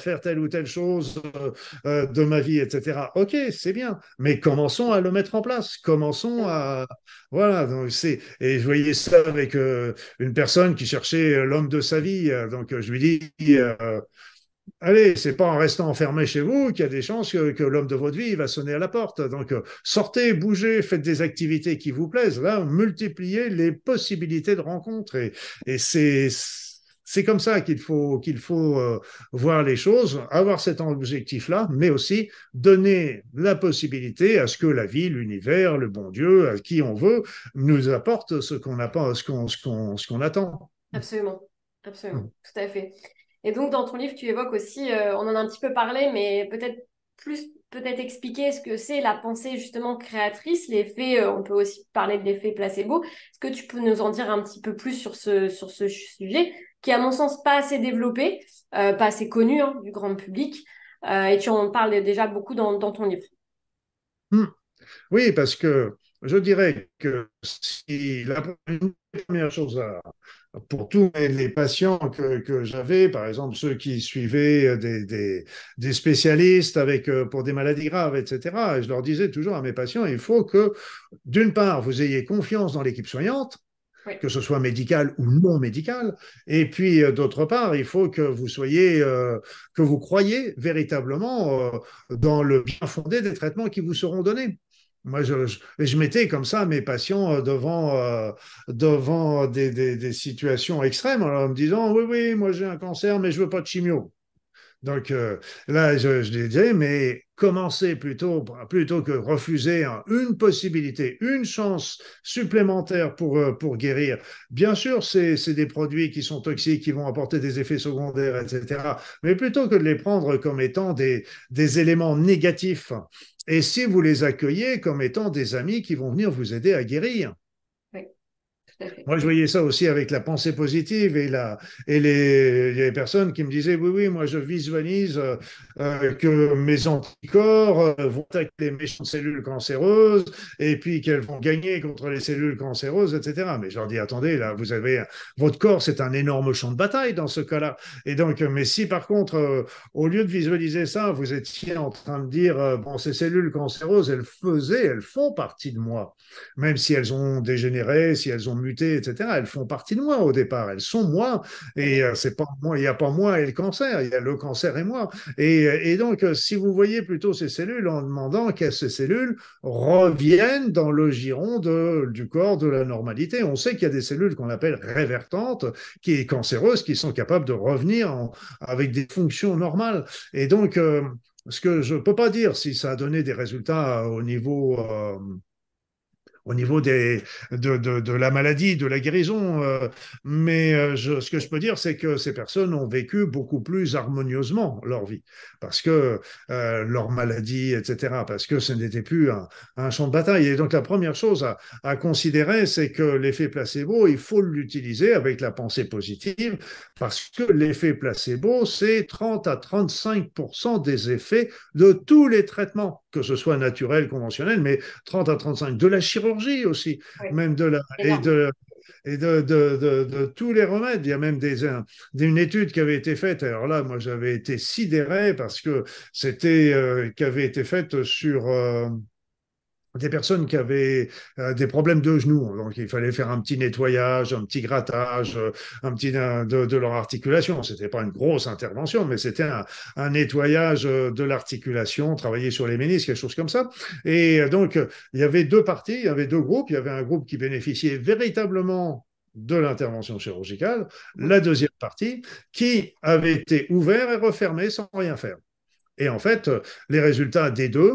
faire telle ou telle chose de ma vie, etc. Ok, c'est bien, mais commençons à le mettre en place. Commençons à voilà. Donc c'est et je voyais ça avec une personne qui cherchait l'homme de sa vie. Donc je lui dis. Allez, c'est pas en restant enfermé chez vous qu'il y a des chances que l'homme de votre vie va sonner à la porte. Donc, sortez, bougez, faites des activités qui vous plaisent. Là, multipliez les possibilités de rencontres. Et c'est comme ça qu'il faut voir les choses, avoir cet objectif-là, mais aussi donner la possibilité à ce que la vie, l'univers, le bon Dieu, à qui on veut, nous apporte ce qu'on attend, ce qu'on attend. Absolument, absolument, tout à fait. Et donc, dans ton livre, tu évoques aussi, on en a un petit peu parlé, mais peut-être expliquer ce que c'est la pensée justement créatrice, l'effet, on peut aussi parler de l'effet placebo. Est-ce que tu peux nous en dire un petit peu plus sur ce sujet, qui est à mon sens pas assez développé, pas assez connu hein, du grand public, et tu en parles déjà beaucoup dans ton livre. Hmm. Oui, parce que je dirais que si la première chose pour tous les patients que j'avais, par exemple ceux qui suivaient des spécialistes avec, pour des maladies graves, etc., et je leur disais toujours à mes patients, il faut que, d'une part, vous ayez confiance dans l'équipe soignante, Oui, que ce soit médicale ou non médicale, et puis d'autre part, il faut que vous soyez, que vous croyez véritablement dans le bien fondé des traitements qui vous seront donnés. Moi, je mettais comme ça mes patients devant des situations extrêmes en me disant, oui, oui, moi j'ai un cancer, mais je veux pas de chimio. Donc là, je disais, mais commencez plutôt que refuser une possibilité, une chance supplémentaire pour guérir. Bien sûr, c'est des produits qui sont toxiques, qui vont apporter des effets secondaires, etc. Mais plutôt que de les prendre comme étant des éléments négatifs, et si vous les accueillez comme étant des amis qui vont venir vous aider à guérir. oui, tout à fait. Moi, je voyais ça aussi avec la pensée positive et les personnes qui me disaient, oui, oui, moi, je visualise que mes anticorps vont attaquer les méchantes cellules cancéreuses et puis qu'elles vont gagner contre les cellules cancéreuses, etc. Mais je leur dis, attendez, là, votre corps, c'est un énorme champ de bataille dans ce cas-là. Et donc, mais si par contre, au lieu de visualiser ça, vous étiez en train de dire, bon, ces cellules cancéreuses, elles font partie de moi, même si elles ont dégénéré, si elles ont muté, etc. Elles font partie de moi au départ, elles sont moi, et c'est pas moi, il n'y a pas moi et le cancer, il y a le cancer et moi. Et donc, si vous voyez plutôt ces cellules en demandant que ces cellules reviennent dans le giron du corps de la normalité, on sait qu'il y a des cellules qu'on appelle révertantes, qui est cancéreuses, qui sont capables de revenir avec des fonctions normales. Et donc, ce que je ne peux pas dire si ça a donné des résultats au niveau de la maladie, de la guérison. Mais ce que je peux dire, c'est que ces personnes ont vécu beaucoup plus harmonieusement leur vie, parce que leur maladie, etc., parce que ce n'était plus un champ de bataille. Et donc la première chose à considérer, c'est que l'effet placebo, il faut l'utiliser avec la pensée positive, parce que l'effet placebo, c'est 30 à 35% des effets de tous les traitements, que ce soit naturel, conventionnel, mais 30 à 35 de la chirurgie aussi, Oui, même énorme. de tous les remèdes. Il y a même une étude qui avait été faite. Alors là, moi, j'avais été sidéré parce que c'était qui avait été faite sur des personnes qui avaient des problèmes de genoux. Donc, il fallait faire un petit nettoyage, un petit grattage, de leur articulation. C'était pas une grosse intervention, mais c'était un nettoyage de l'articulation, travailler sur les ménisques, quelque chose comme ça. Et donc, il y avait deux parties, il y avait deux groupes. Il y avait un groupe qui bénéficiait véritablement de l'intervention chirurgicale, la deuxième partie qui avait été ouvert et refermé sans rien faire. Et en fait, les résultats des deux,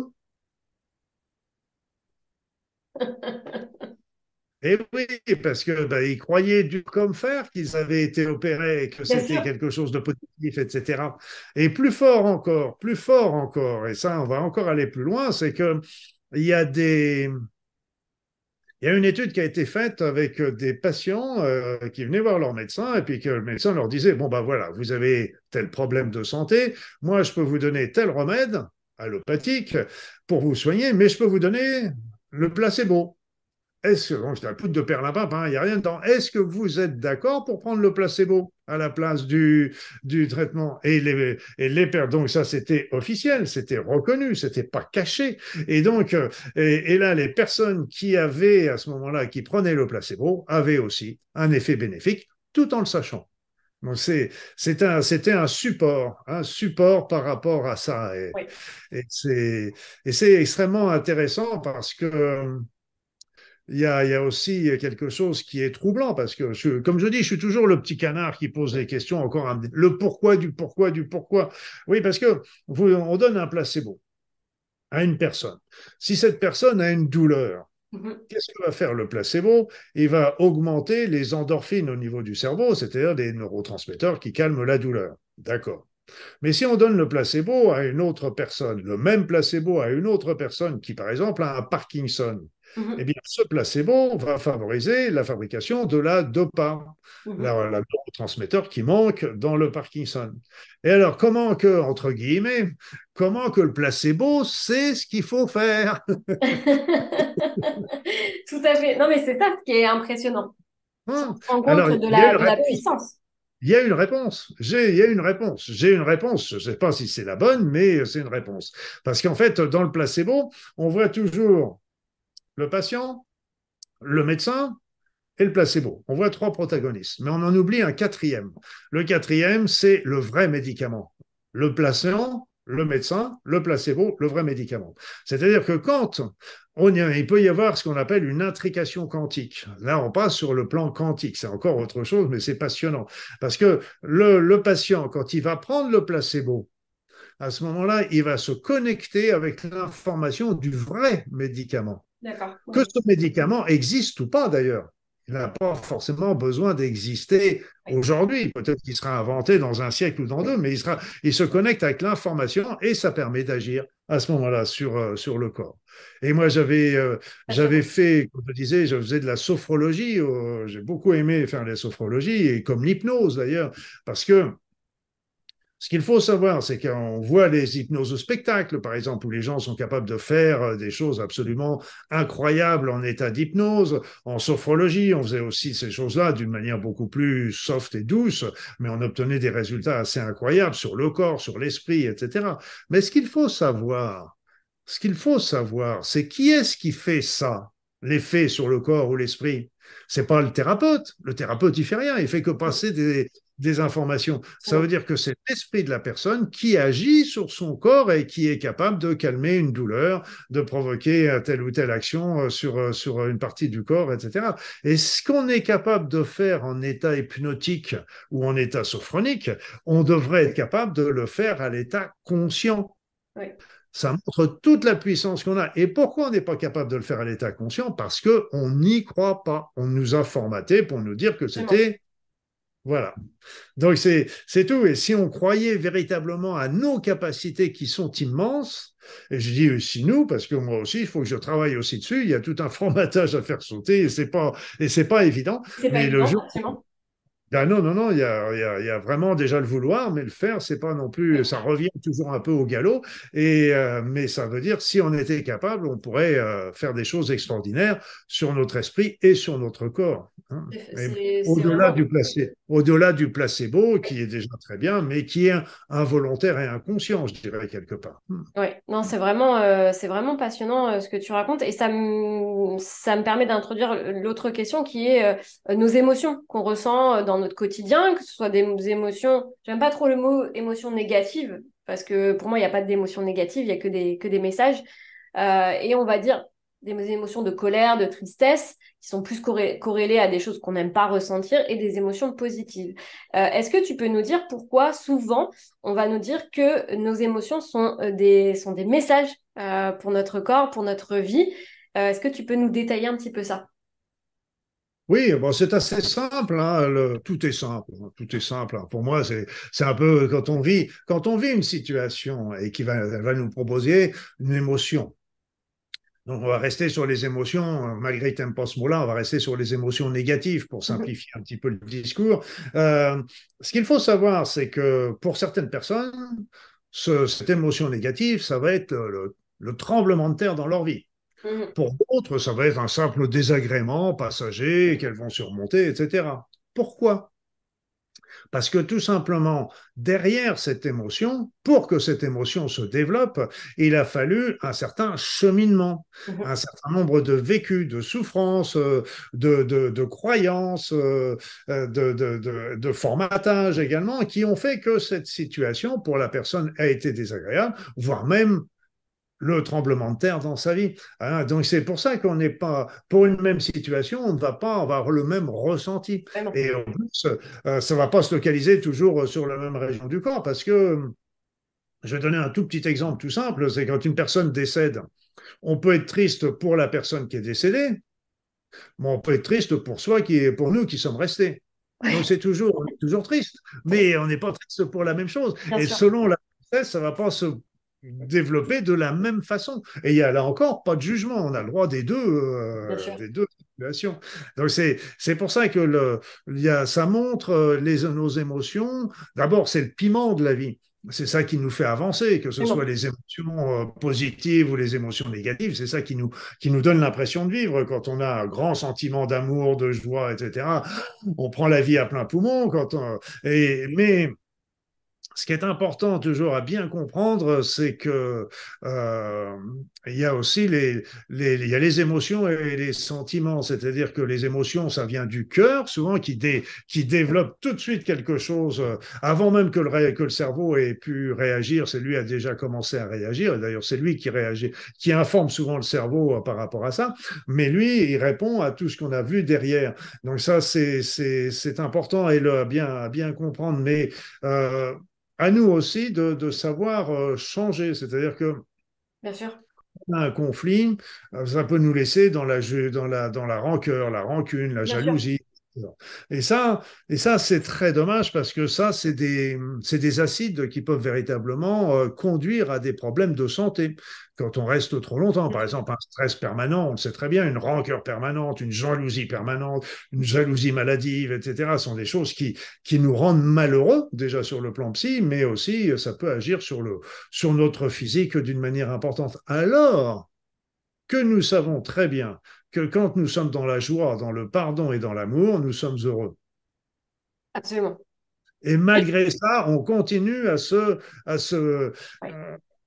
et oui, parce que ils croyaient dur comme fer qu'ils avaient été opérés et que Bien c'était sûr. quelque chose de positif, etc. Et plus fort encore, et ça, on va encore aller plus loin, c'est que il y a il y a une étude qui a été faite avec des patients qui venaient voir leur médecin et puis que le médecin leur disait, bon, ben voilà, vous avez tel problème de santé, moi, je peux vous donner tel remède allopathique pour vous soigner, mais je peux vous donner le placebo. est-ce que, bon, c'est un poudre de perlimpinpin, il n'y a rien dedans, est-ce que vous êtes d'accord pour prendre le placebo à la place du traitement? Donc ça, c'était officiel, c'était reconnu, c'était pas caché. Et donc, et là, les personnes qui avaient, à ce moment-là, qui prenaient le placebo, avaient aussi un effet bénéfique, tout en le sachant. Donc c'était un support par rapport à ça. Oui. Et c'est extrêmement intéressant parce que il y a aussi quelque chose qui est troublant parce que, comme je dis, je suis toujours le petit canard qui pose des questions encore, le pourquoi du pourquoi du pourquoi. Oui, parce que on donne un placebo à une personne. Si cette personne a une douleur, Mhm. qu'est-ce que va faire le placebo? Il va augmenter les endorphines au niveau du cerveau, c'est-à-dire des neurotransmetteurs qui calment la douleur. D'accord. Mais si on donne le placebo à une autre personne, le même placebo à une autre personne qui, par exemple, a un Parkinson, eh Mhm. bien, ce placebo va favoriser la fabrication de la dopa, Mhm. la neurotransmetteur qui manque dans le Parkinson. Et alors, comment que, entre guillemets, comment que le placebo sait ce qu'il faut faire? Tout à fait. Non, mais c'est ça ce qui est impressionnant. Hein. On se rend compte Alors, il y a une de la réponse. puissance. Il y a une réponse. Il y a une réponse. J'ai une réponse. Je ne sais pas si c'est la bonne, mais c'est une réponse. Parce qu'en fait, dans le placebo, on voit toujours le patient, le médecin et le placebo. On voit trois protagonistes, mais on en oublie un quatrième. Le quatrième, c'est le vrai médicament. Le patient, le médecin, le placebo, le vrai médicament. C'est-à-dire que quand il peut y avoir ce qu'on appelle une intrication quantique. Là, on passe sur le plan quantique. C'est encore autre chose, mais c'est passionnant. Parce que le patient, quand il va prendre le placebo, à ce moment-là, il va se connecter avec l'information du vrai médicament. D'accord. Que Oui. ce médicament existe ou pas d'ailleurs. Il n'a pas forcément besoin d'exister Oui. aujourd'hui. Peut-être qu'il sera inventé dans un siècle ou dans deux, mais il se connecte avec l'information et ça permet d'agir à ce moment-là sur le corps. Et moi, j'avais Passionnant. fait, comme je disais, je faisais de la sophrologie. J'ai beaucoup aimé faire la sophrologie et comme l'hypnose d'ailleurs, parce que ce qu'il faut savoir, c'est qu'on voit les hypnoses au spectacle, par exemple, où les gens sont capables de faire des choses absolument incroyables en état d'hypnose. En sophrologie, on faisait aussi ces choses-là d'une manière beaucoup plus soft et douce, mais on obtenait des résultats assez incroyables sur le corps, sur l'esprit, etc. Mais ce qu'il faut savoir, c'est qui est-ce qui fait ça, l'effet sur le corps ou l'esprit. C'est pas le thérapeute. Le thérapeute, il fait rien. Il fait que passer des informations. Ça veut Excellent. dire que c'est l'esprit de la personne qui agit sur son corps et qui est capable de calmer une douleur, de provoquer telle ou telle action sur une partie du corps, etc. Et ce qu'on est capable de faire en état hypnotique ou en état sophronique, on devrait être capable de le faire à l'état conscient. Oui. Ça montre toute la puissance qu'on a. Et pourquoi on n'est pas capable de le faire à l'état conscient? Parce qu'on n'y croit pas. On nous a formaté pour nous dire que Vraiment. c'était... Voilà. Donc c'est tout. Et si on croyait véritablement à nos capacités qui sont immenses, et je dis aussi nous, parce que moi aussi, il faut que je travaille aussi dessus, il y a tout un formatage à faire sauter et c'est pas évident. C'est pas Mais le évident, jour effectivement. ben non, non, non, il y a vraiment déjà le vouloir, mais le faire, c'est pas non plus, Oui. ça revient toujours un peu au galop. Mais ça veut dire, si on était capable, on pourrait faire des choses extraordinaires sur notre esprit et sur notre corps. Hein. Et C'est vraiment. au-delà du placebo, qui est déjà très bien, mais qui est involontaire et inconscient, je dirais quelque part. Ouais, non, c'est vraiment passionnant ce que tu racontes et ça me permet d'introduire l'autre question qui est nos émotions qu'on ressent dans notre quotidien, que ce soit des émotions, j'aime pas trop le mot émotions négatives parce que pour moi il n'y a pas d'émotions négatives, il y a que des messages. Et on va dire des émotions de colère, de tristesse qui sont plus corrélées à des choses qu'on n'aime pas ressentir et des émotions positives. Est-ce que tu peux nous dire pourquoi souvent on va nous dire que nos émotions sont des messages pour notre corps, pour notre vie. Est-ce que tu peux nous détailler un petit peu ça? Oui, bon, c'est assez simple, hein, tout est simple, hein, tout est simple, hein. Pour moi, c'est un peu quand on vit une situation et elle va nous proposer une émotion. Donc, on va rester sur les émotions, malgré que tu n'aimes pas ce mot-là, on va rester sur les émotions négatives pour Mhm. simplifier un petit peu le discours. Ce qu'il faut savoir, c'est que pour certaines personnes, cette émotion négative, ça va être le tremblement de terre dans leur vie. Mhm. Pour d'autres, ça va être un simple désagrément passager qu'elles vont surmonter, etc. Pourquoi? Parce que tout simplement, derrière cette émotion, pour que cette émotion se développe, il a fallu un certain cheminement, Mhm. un certain nombre de vécus, de souffrances, de croyances, de formatage également, qui ont fait que cette situation pour la personne a été désagréable, voire même le tremblement de terre dans sa vie. Hein. Donc c'est pour ça qu'on n'est pas, pour une même situation, on ne va pas avoir le même ressenti. Vraiment. Et en plus, ça ne va pas se localiser toujours sur la même région du corps, parce que je vais donner un tout petit exemple tout simple, c'est quand une personne décède, on peut être triste pour la personne qui est décédée, mais on peut être triste pour soi, pour nous qui sommes restés. Donc Oui, on est toujours triste, mais on n'est pas triste pour la même chose. bien Et sûr, selon la tristesse, ça ne va pas se développer de la même façon. Et il y a là encore pas de jugement, on a le droit bien sûr. des deux situations. Donc c'est pour ça que ça montre nos émotions. D'abord, c'est le piment de la vie. C'est ça qui nous fait avancer, que ce soit Vraiment. les émotions positives ou les émotions négatives. C'est ça qui nous donne l'impression de vivre. Quand on a un grand sentiment d'amour, de joie, etc., on prend la vie à plein poumon. Mais ce qui est important toujours à bien comprendre, c'est que euh, il y a aussi il y a les émotions et les sentiments. C'est-à-dire que les émotions, ça vient du cœur, souvent qui développe tout de suite quelque chose avant même que le cerveau ait pu réagir. C'est lui qui a déjà commencé à réagir. D'ailleurs, c'est lui qui réagit, qui informe souvent le cerveau par rapport à ça. Mais lui, il répond à tout ce qu'on a vu derrière. Donc ça, c'est important et à bien comprendre. Mais euh, à nous aussi de savoir changer. C'est-à-dire que Bien sûr. un conflit, ça peut nous laisser dans la rancœur, la rancune, la Bien sûr. jalousie. Et ça, c'est très dommage parce que ça, c'est des acides qui peuvent véritablement conduire à des problèmes de santé quand on reste trop longtemps. Bien Par sûr. exemple, un stress permanent, on le sait très bien, une rancœur permanente, une jalousie permanente, une jalousie maladive, etc. sont des choses qui nous rendent malheureux déjà sur le plan psy, mais aussi ça peut agir sur notre physique d'une manière importante. Alors que nous savons très bien que quand nous sommes dans la joie, dans le pardon et dans l'amour, nous sommes heureux. Absolument. Et malgré ça, on continue à se Oui.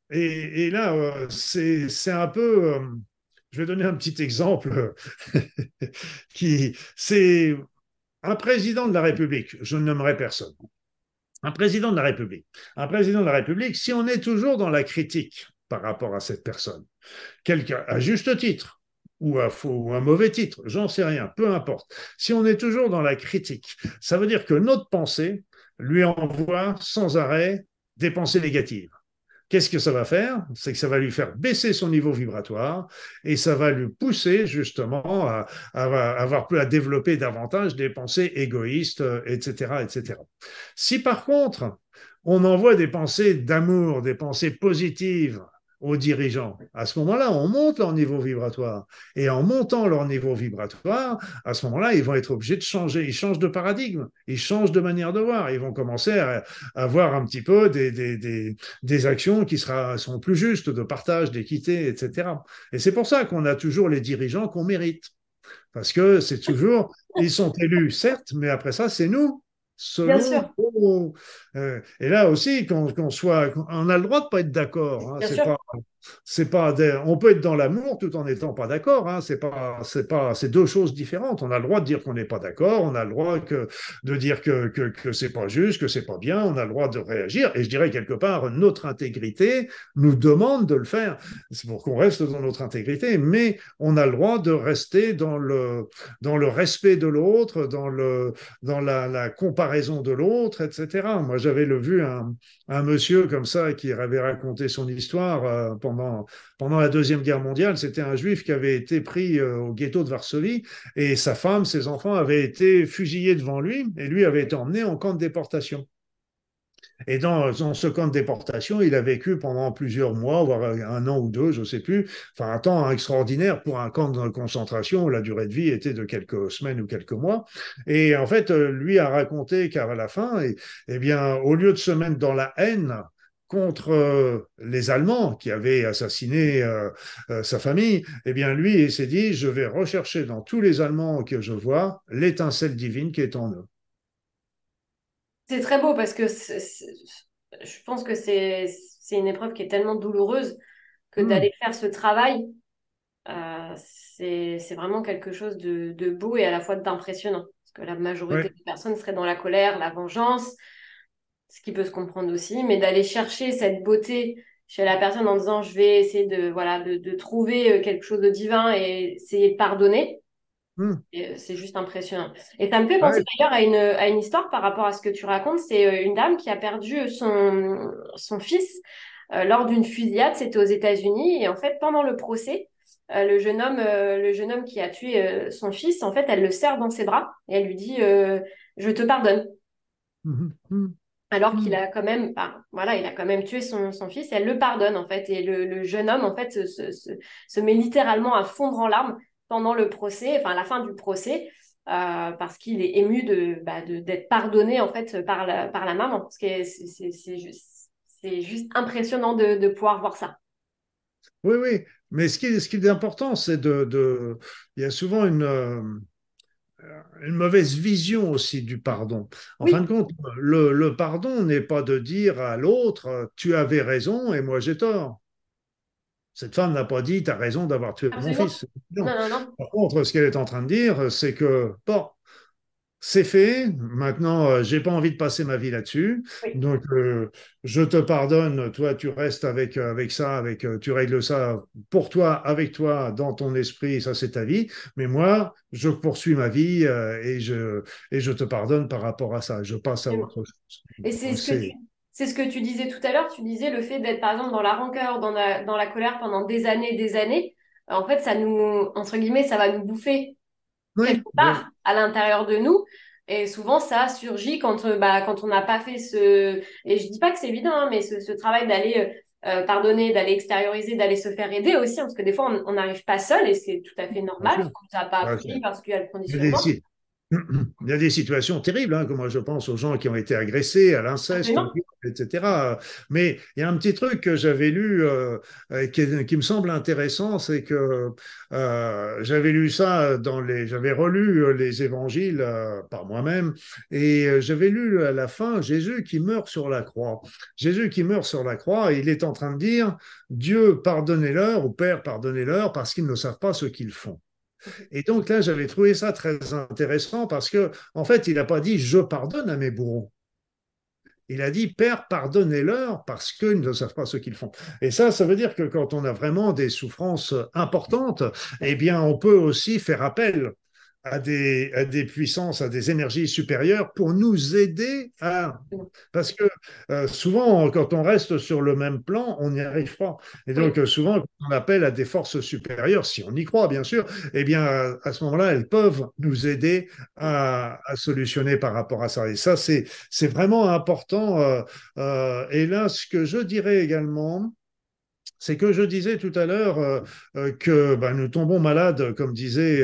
et là, c'est un peu. Je vais donner un petit exemple c'est un président de la République. Je ne nommerai personne. Un président de la République. Un président de la République, si on est toujours dans la critique par rapport à cette personne, quelqu'un à juste titre ou à faux ou un mauvais titre, j'en sais rien, peu importe. Si on est toujours dans la critique, ça veut dire que notre pensée lui envoie sans arrêt des pensées négatives. Qu'est-ce que ça va faire? C'est que ça va lui faire baisser son niveau vibratoire et ça va lui pousser justement à développer davantage des pensées égoïstes, etc., etc. Si par contre, on envoie des pensées d'amour, des pensées positives aux dirigeants, à ce moment-là, on monte leur niveau vibratoire. Et en montant leur niveau vibratoire, à ce moment-là, ils vont être obligés de changer. Ils changent de paradigme, ils changent de manière de voir. Ils vont commencer à voir un petit peu des actions sont plus justes, de partage, d'équité, etc. Et c'est pour ça qu'on a toujours les dirigeants qu'on mérite. Parce que c'est toujours, ils sont élus, certes, mais après ça, c'est nous, Bien selon. sûr. Et là aussi, on a le droit de pas être d'accord. Hein, Bien sûr. on peut être dans l'amour tout en n'étant pas d'accord. Hein, c'est deux choses différentes. On a le droit de dire qu'on n'est pas d'accord. On a le droit de dire que c'est pas juste, que c'est pas bien. On a le droit de réagir. Et je dirais quelque part, notre intégrité nous demande de le faire. C'est pour qu'on reste dans notre intégrité, mais on a le droit de rester dans le respect de l'autre, dans la comparaison de l'autre, etc. Moi, j'avais vu un monsieur comme ça qui avait raconté son histoire pendant la Deuxième Guerre mondiale. C'était un juif qui avait été pris au ghetto de Varsovie et sa femme, ses enfants avaient été fusillés devant lui et lui avait été emmené en camp de déportation. Et dans ce camp de déportation, il a vécu pendant plusieurs mois, voire un an ou deux, je ne sais plus, enfin un temps extraordinaire pour un camp de concentration où la durée de vie était de quelques semaines ou quelques mois. Et en fait, lui a raconté qu'à la fin, eh bien, au lieu de se mettre dans la haine, contre les Allemands qui avaient assassiné sa famille, eh bien lui, il s'est dit, je vais rechercher dans tous les Allemands que je vois l'étincelle divine qui est en eux. C'est très beau parce que je pense que c'est une épreuve qui est tellement douloureuse que Hmm, d'aller faire ce travail, c'est vraiment quelque chose de beau et à la fois d'impressionnant. Parce que la majorité ouais. des personnes seraient dans la colère, la vengeance, ce qui peut se comprendre aussi, mais d'aller chercher cette beauté chez la personne en disant je vais essayer de, voilà, de trouver quelque chose de divin et essayer de pardonner. Hmm, Et, c'est juste impressionnant. Et ça me fait penser ouais. d'ailleurs à une histoire par rapport à ce que tu racontes. C'est une dame qui a perdu son fils lors d'une fusillade. C'était aux États-Unis. Et en fait, pendant le procès, le jeune homme qui a tué son fils, en fait, elle le serre dans ses bras et elle lui dit je te pardonne. Hmm, hmm, Alors qu'il hmm. a quand même, bah, voilà, il a quand même tué son fils. Et elle le pardonne en fait. Et le jeune homme en fait se met littéralement à fondre en larmes pendant le procès, enfin à la fin du procès, parce qu'il est ému d'être pardonné en fait par la maman. Parce que c'est juste impressionnant de pouvoir voir ça. Oui, oui. Mais ce qui est important, c'est il y a souvent une mauvaise vision aussi du pardon. En fin Oui, de compte, le pardon n'est pas de dire à l'autre, tu avais raison et moi j'ai tort. Cette femme n'a pas dit, tu as raison d'avoir tué mon absolument. fils. Non. Non, non, non. Par contre, ce qu'elle est en train de dire, c'est que, bon, c'est fait. Maintenant, j'ai pas envie de passer ma vie là-dessus. Oui. Donc, je te pardonne. Toi, tu restes avec ça, tu règles ça pour toi, avec toi, dans ton esprit. Ça, c'est ta vie. Mais moi, je poursuis ma vie et je te pardonne par rapport à ça. Je passe à Absolument. autre chose. Et Donc, c'est c'est ce que tu disais tout à l'heure. Tu disais le fait d'être, par exemple, dans la rancœur, dans la colère pendant des années. En fait, ça nous, entre guillemets, ça va nous bouffer quelque oui, oui, part à l'intérieur de nous. Et souvent, ça surgit quand on n'a pas fait ce... Et je dis pas que c'est évident, hein, mais ce travail d'aller pardonner, d'aller extérioriser, d'aller se faire aider aussi, hein, parce que des fois, on n'arrive pas seul et c'est tout à fait bien normal, parce sûr. qu'on ne nous a pas Ouais, appris, parce qu'il y a le il y a des, conditionnement. il y a des situations terribles, hein, comme moi je pense aux gens qui ont été agressés, à l'inceste, au Absolument. viol, etc. Mais il y a un petit truc que j'avais lu qui me semble intéressant, c'est que j'avais lu ça j'avais relu les évangiles par moi-même, et j'avais lu à la fin Jésus qui meurt sur la croix. Jésus qui meurt sur la croix, et il est en train de dire, Dieu pardonnez-leur, ou Père pardonnez-leur, parce qu'ils ne savent pas ce qu'ils font. Et donc là, j'avais trouvé ça très intéressant parce que, en fait, il n'a pas dit je pardonne à mes bourreaux. Il a dit Père, pardonnez-leur parce qu'ils ne savent pas ce qu'ils font. Et ça veut dire que quand on a vraiment des souffrances importantes, eh bien, on peut aussi faire appel à des puissances, à des énergies supérieures pour nous aider à... Parce que souvent, quand on reste sur le même plan, on n'y arrive pas. Et donc, Oui, souvent, quand on appelle à des forces supérieures, si on y croit, bien sûr, eh bien, à ce moment-là, elles peuvent nous aider à solutionner par rapport à ça. Et ça, c'est vraiment important. Et là, ce que je dirais également, c'est que je disais tout à l'heure que ben, nous tombons malades, comme disait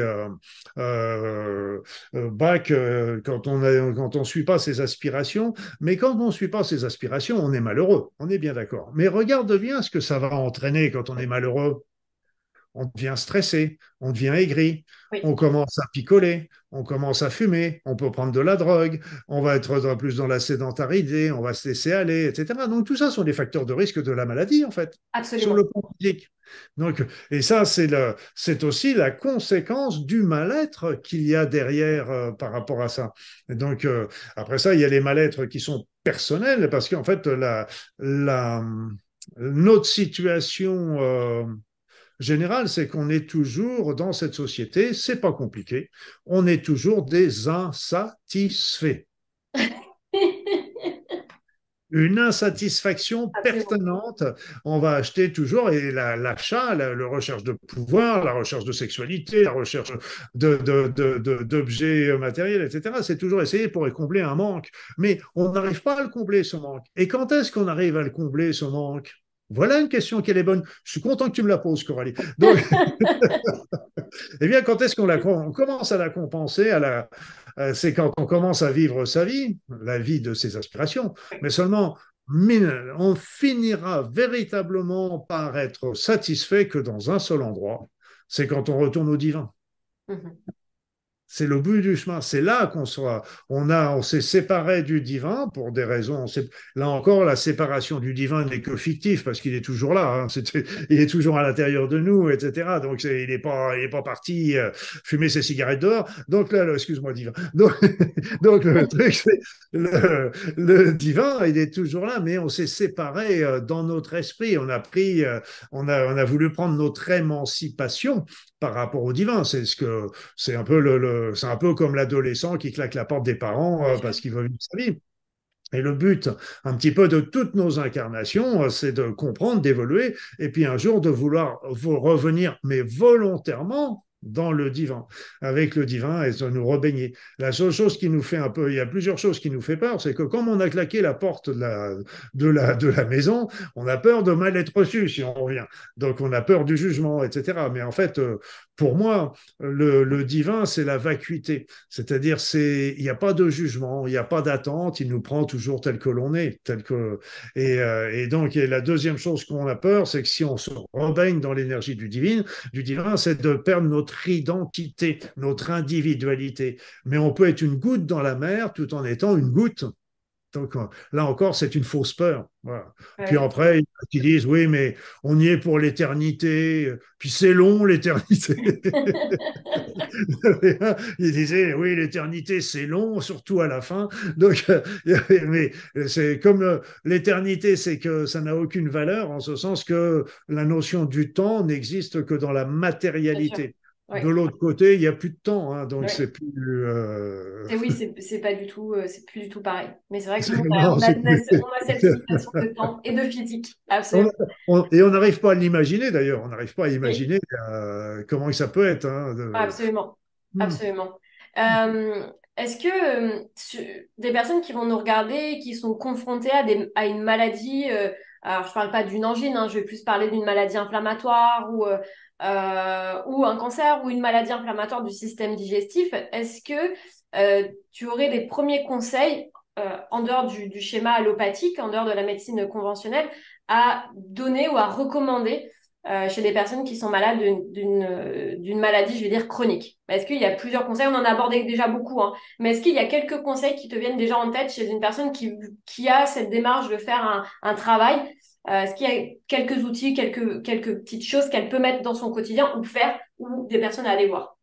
euh, Bach, quand on suit pas ses aspirations. Mais quand on ne suit pas ses aspirations, on est malheureux. On est bien d'accord. Mais regarde bien ce que ça va entraîner quand on est malheureux. On devient stressé, on devient aigri, oui, on commence à picoler, on commence à fumer, on peut prendre de la drogue, on va être plus dans la sédentarité, on va se laisser aller, etc. Donc tout ça sont des facteurs de risque de la maladie, en fait, sur le absolument. plan physique. Donc, et ça, c'est aussi la conséquence du mal-être qu'il y a derrière par rapport à ça. Et donc, après ça, il y a les mal-être qui sont personnels, parce qu'en fait, la, notre situation général, c'est qu'on est toujours dans cette société, c'est pas compliqué, on est toujours des insatisfaits. Une insatisfaction Absolument. permanente, on va acheter toujours, et l'achat, la recherche de pouvoir, la recherche de sexualité, la recherche d'objets matériels, etc., c'est toujours essayer pour combler un manque. Mais on n'arrive pas à le combler, ce manque. Et quand est-ce qu'on arrive à le combler, ce manque? Voilà une question qui est bonne. Je suis content que tu me la poses, Coralie. Donc, eh bien, quand est-ce on commence à la compenser c'est quand on commence à vivre sa vie, la vie de ses aspirations. Mais seulement, on finira véritablement par être satisfait que dans un seul endroit, c'est quand on retourne au divin. Mhm. C'est le but du chemin. C'est là qu'on sera. On s'est séparé du divin pour des raisons. Là encore, la séparation du divin n'est que fictive parce qu'il est toujours là. Hein. Il est toujours à l'intérieur de nous, etc. Donc, il est pas parti fumer ses cigarettes dehors. Donc là, excuse-moi, divin. Donc le truc, c'est le divin, il est toujours là, mais on s'est séparé dans notre esprit. On a voulu prendre notre émancipation par rapport au divin. C'est un peu c'est un peu comme l'adolescent qui claque la porte des parents Bien sûr. parce qu'il veut vivre sa vie. Et le but, un petit peu de toutes nos incarnations, c'est de comprendre, d'évoluer, et puis un jour de vouloir revenir, mais volontairement, dans le divin, avec le divin et de nous rebaigner. La seule chose qui nous fait un peu, il y a plusieurs choses qui nous fait peur, c'est que comme on a claqué la porte de la maison, on a peur de mal être reçu si on revient. Donc on a peur du jugement, etc. Mais en fait, pour moi, le divin, c'est la vacuité. C'est-à-dire, il n'y a pas de jugement, il n'y a pas d'attente, il nous prend toujours tel que l'on est. Et donc, et la deuxième chose qu'on a peur, c'est que si on se rebaigne dans l'énergie du divin, c'est de perdre notre identité, notre individualité. Mais on peut être une goutte dans la mer tout en étant une goutte. Donc là encore, c'est une fausse peur. Voilà. Ouais, Puis effectivement. après, ils disent, oui, mais on y est pour l'éternité. Puis c'est long, l'éternité. Il disait, oui, l'éternité, c'est long, surtout à la fin. Donc, mais c'est comme l'éternité, c'est que ça n'a aucune valeur, en ce sens que la notion du temps n'existe que dans la Bien sûr. matérialité. De Ouais. l'autre côté, il n'y a plus de temps, hein, donc c'est Ouais. plus. Oui, c'est pas du tout, c'est plus du tout pareil. Mais c'est vrai que nous, Non, c'est plus. on a cette limitation de temps et de physique. On- Absolument. et on n'arrive pas à l'imaginer d'ailleurs, on n'arrive pas à Oui. imaginer comment ça peut être. Hein, Absolument, Hmm. absolument. Est-ce que des personnes qui vont nous regarder, qui sont confrontées à une maladie, alors je parle pas d'une angine, hein, je vais plus parler d'une maladie inflammatoire ou un cancer ou une maladie inflammatoire du système digestif, est-ce que tu aurais des premiers conseils en dehors du schéma allopathique, en dehors de la médecine conventionnelle, à donner ou à recommander chez des personnes qui sont malades d'une maladie, je vais dire, chronique? Est-ce qu'il y a plusieurs conseils? On en a abordé déjà beaucoup, hein, mais est-ce qu'il y a quelques conseils qui te viennent déjà en tête chez une personne qui a cette démarche de faire un travail? Est-ce qu'il y a quelques outils, quelques petites choses qu'elle peut mettre dans son quotidien ou faire ou des personnes à aller voir?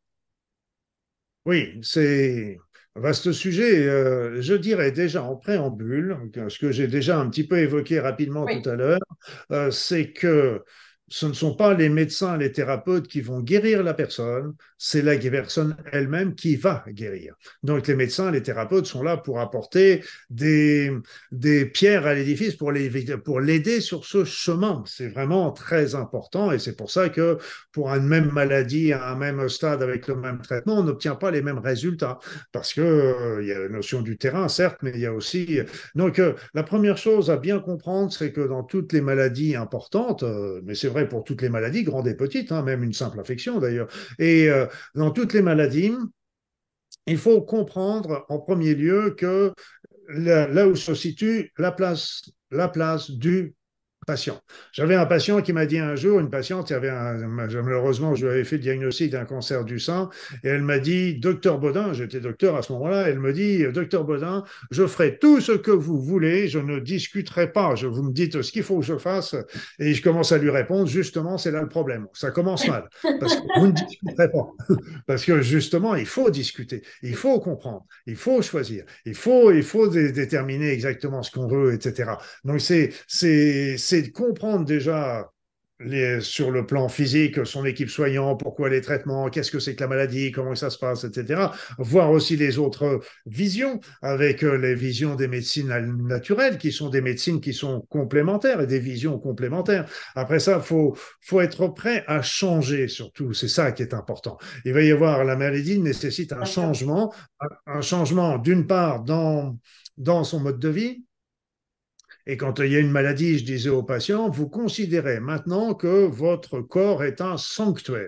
Oui, c'est un vaste sujet. Je dirais déjà en préambule, ce que j'ai déjà un petit peu évoqué rapidement tout Oui, à l'heure, c'est que ce ne sont pas les médecins, les thérapeutes qui vont guérir la personne, c'est la personne elle-même qui va guérir. Donc les médecins, les thérapeutes sont là pour apporter des, des pierres à l'édifice pour l'aider sur ce chemin. C'est vraiment très important et c'est pour ça que pour une même maladie, à un même stade, avec le même traitement, on n'obtient pas les mêmes résultats. Parce que il y a la notion du terrain, certes, mais il y a aussi. Donc, la première chose à bien comprendre, c'est que dans toutes les maladies importantes, mais c'est vrai pour toutes les maladies, grandes et petites, hein, même une simple infection d'ailleurs, et dans toutes les maladies, il faut comprendre en premier lieu que là où se situe la place du patient. J'avais un patient qui m'a dit un jour, une patiente, malheureusement, je lui avais fait le diagnostic d'un cancer du sein, et elle m'a dit, docteur Baudin, j'étais docteur à ce moment-là, elle me dit, docteur Baudin, je ferai tout ce que vous voulez, je ne discuterai pas, vous me dites ce qu'il faut que je fasse, et je commence à lui répondre, justement, c'est là le problème. Ça commence mal, parce que vous ne discuterez pas. Parce que justement, il faut discuter, il faut comprendre, il faut choisir, il faut déterminer exactement ce qu'on veut, etc. Donc, c'est de comprendre déjà sur le plan physique, son équipe soignant, pourquoi les traitements, qu'est-ce que c'est que la maladie, comment ça se passe, etc. Voir aussi les autres visions avec les visions des médecines naturelles, qui sont des médecines qui sont complémentaires et des visions complémentaires. Après ça, faut être prêt à changer surtout. C'est ça qui est important. Il va y avoir, la maladie nécessite bien sûr. un changement d'une part dans son mode de vie, et quand il y a une maladie, je disais aux patients, vous considérez maintenant que votre corps est un sanctuaire.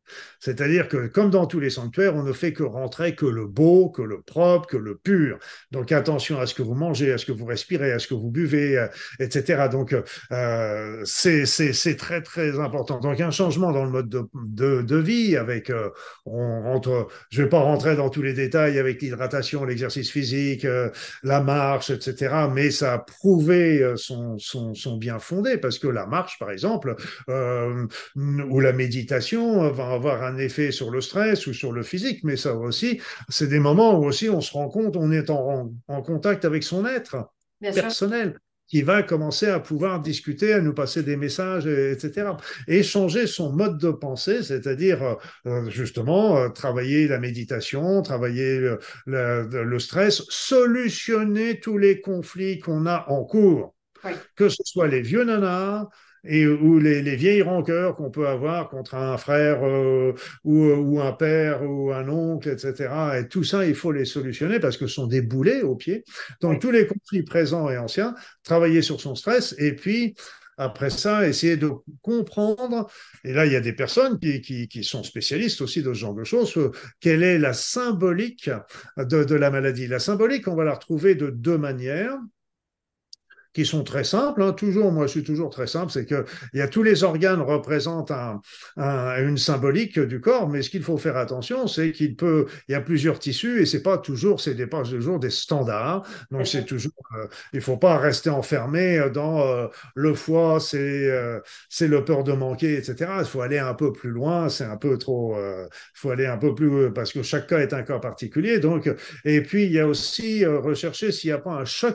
C'est-à-dire que, comme dans tous les sanctuaires, on ne fait que rentrer que le beau, que le propre, que le pur. Donc attention à ce que vous mangez, à ce que vous respirez, à ce que vous buvez, etc. Donc c'est très très important. Donc un changement dans le mode de vie avec, je ne vais pas rentrer dans tous les détails avec l'hydratation, l'exercice physique, la marche, etc. Mais ça a prouvé son bien fondé parce que la marche, par exemple, ou la méditation va avoir un effet sur le stress ou sur le physique, mais ça aussi, c'est des moments où aussi on se rend compte, on est en contact avec son être Bien sûr. personnel qui va commencer à pouvoir discuter, à nous passer des messages, etc. Et changer son mode de pensée, c'est-à-dire justement travailler la méditation, travailler le stress, solutionner tous les conflits qu'on a en cours, Oui. que ce soit les vieux nanas ou les vieilles rancœurs qu'on peut avoir contre un frère ou un père ou un oncle, etc. Et tout ça, il faut les solutionner parce que ce sont des boulets au pied. Donc Oui. tous les conflits présents et anciens, travailler sur son stress et puis après ça, essayer de comprendre, et là il y a des personnes qui sont spécialistes aussi de ce genre de choses, quelle est la symbolique de la maladie. La symbolique, on va la retrouver de deux manières qui sont très simples. Hein. Toujours, moi, je suis toujours très simple, c'est que il y a tous les organes représentent une symbolique du corps, mais ce qu'il faut faire attention, c'est il y a plusieurs tissus et c'est pas toujours des standards. Bien Donc c'est sûr. toujours, il faut pas rester enfermé dans le foie, c'est le peur de manquer, etc. Il faut aller un peu plus loin, c'est un peu trop, il faut aller un peu plus parce que chaque cas est un cas particulier. Donc, et puis il y a aussi rechercher s'il n'y a pas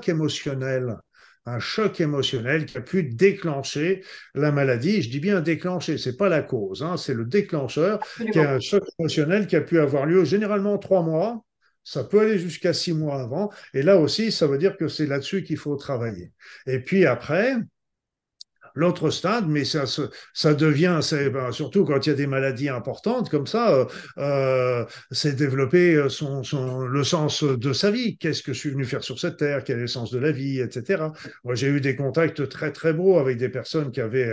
un choc émotionnel qui a pu déclencher la maladie. Je dis bien déclencher, c'est pas la cause, hein, c'est le déclencheur qui est Absolument. un choc émotionnel qui a pu avoir lieu généralement 3 mois. Ça peut aller jusqu'à 6 mois avant. Et là aussi, ça veut dire que c'est là-dessus qu'il faut travailler. Et puis après, l'autre stade, mais ça devient, surtout quand il y a des maladies importantes comme ça, c'est développer le sens de sa vie. Qu'est-ce que je suis venu faire sur cette terre? Quel est le sens de la vie, etc. Moi, j'ai eu des contacts très très beaux avec des personnes qui avaient,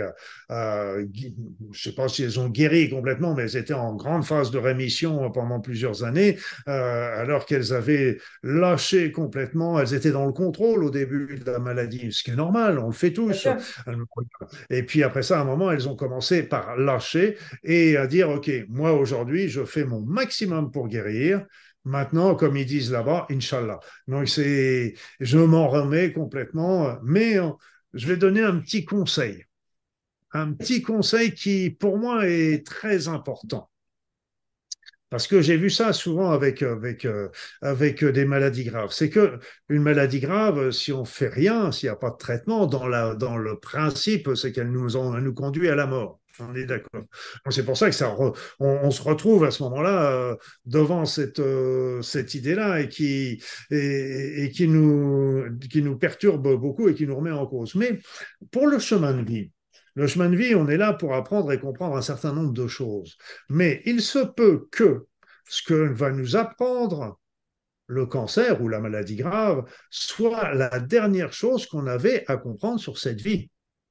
je sais pas si elles ont guéri complètement, mais elles étaient en grande phase de rémission pendant plusieurs années, alors qu'elles avaient lâché complètement. Elles étaient dans le contrôle au début de la maladie, ce qui est normal, on le fait Bien tous. sûr. Et puis après ça, à un moment, elles ont commencé par lâcher et à dire, OK, moi aujourd'hui, je fais mon maximum pour guérir. Maintenant, comme ils disent là-bas, Inch'Allah. Donc, je m'en remets complètement, mais je vais donner un petit conseil. Un petit conseil qui, pour moi, est très important. Parce que j'ai vu ça souvent avec des maladies graves. C'est que une maladie grave, si on fait rien, s'il n'y a pas de traitement, dans le principe, c'est qu'elle elle nous conduit à la mort. On est d'accord. Donc c'est pour ça que on se retrouve à ce moment-là devant cette idée-là et qui nous perturbe beaucoup et qui nous remet en cause. Mais pour le chemin de vie, on est là pour apprendre et comprendre un certain nombre de choses. Mais il se peut que ce que va nous apprendre le cancer ou la maladie grave soit la dernière chose qu'on avait à comprendre sur cette vie.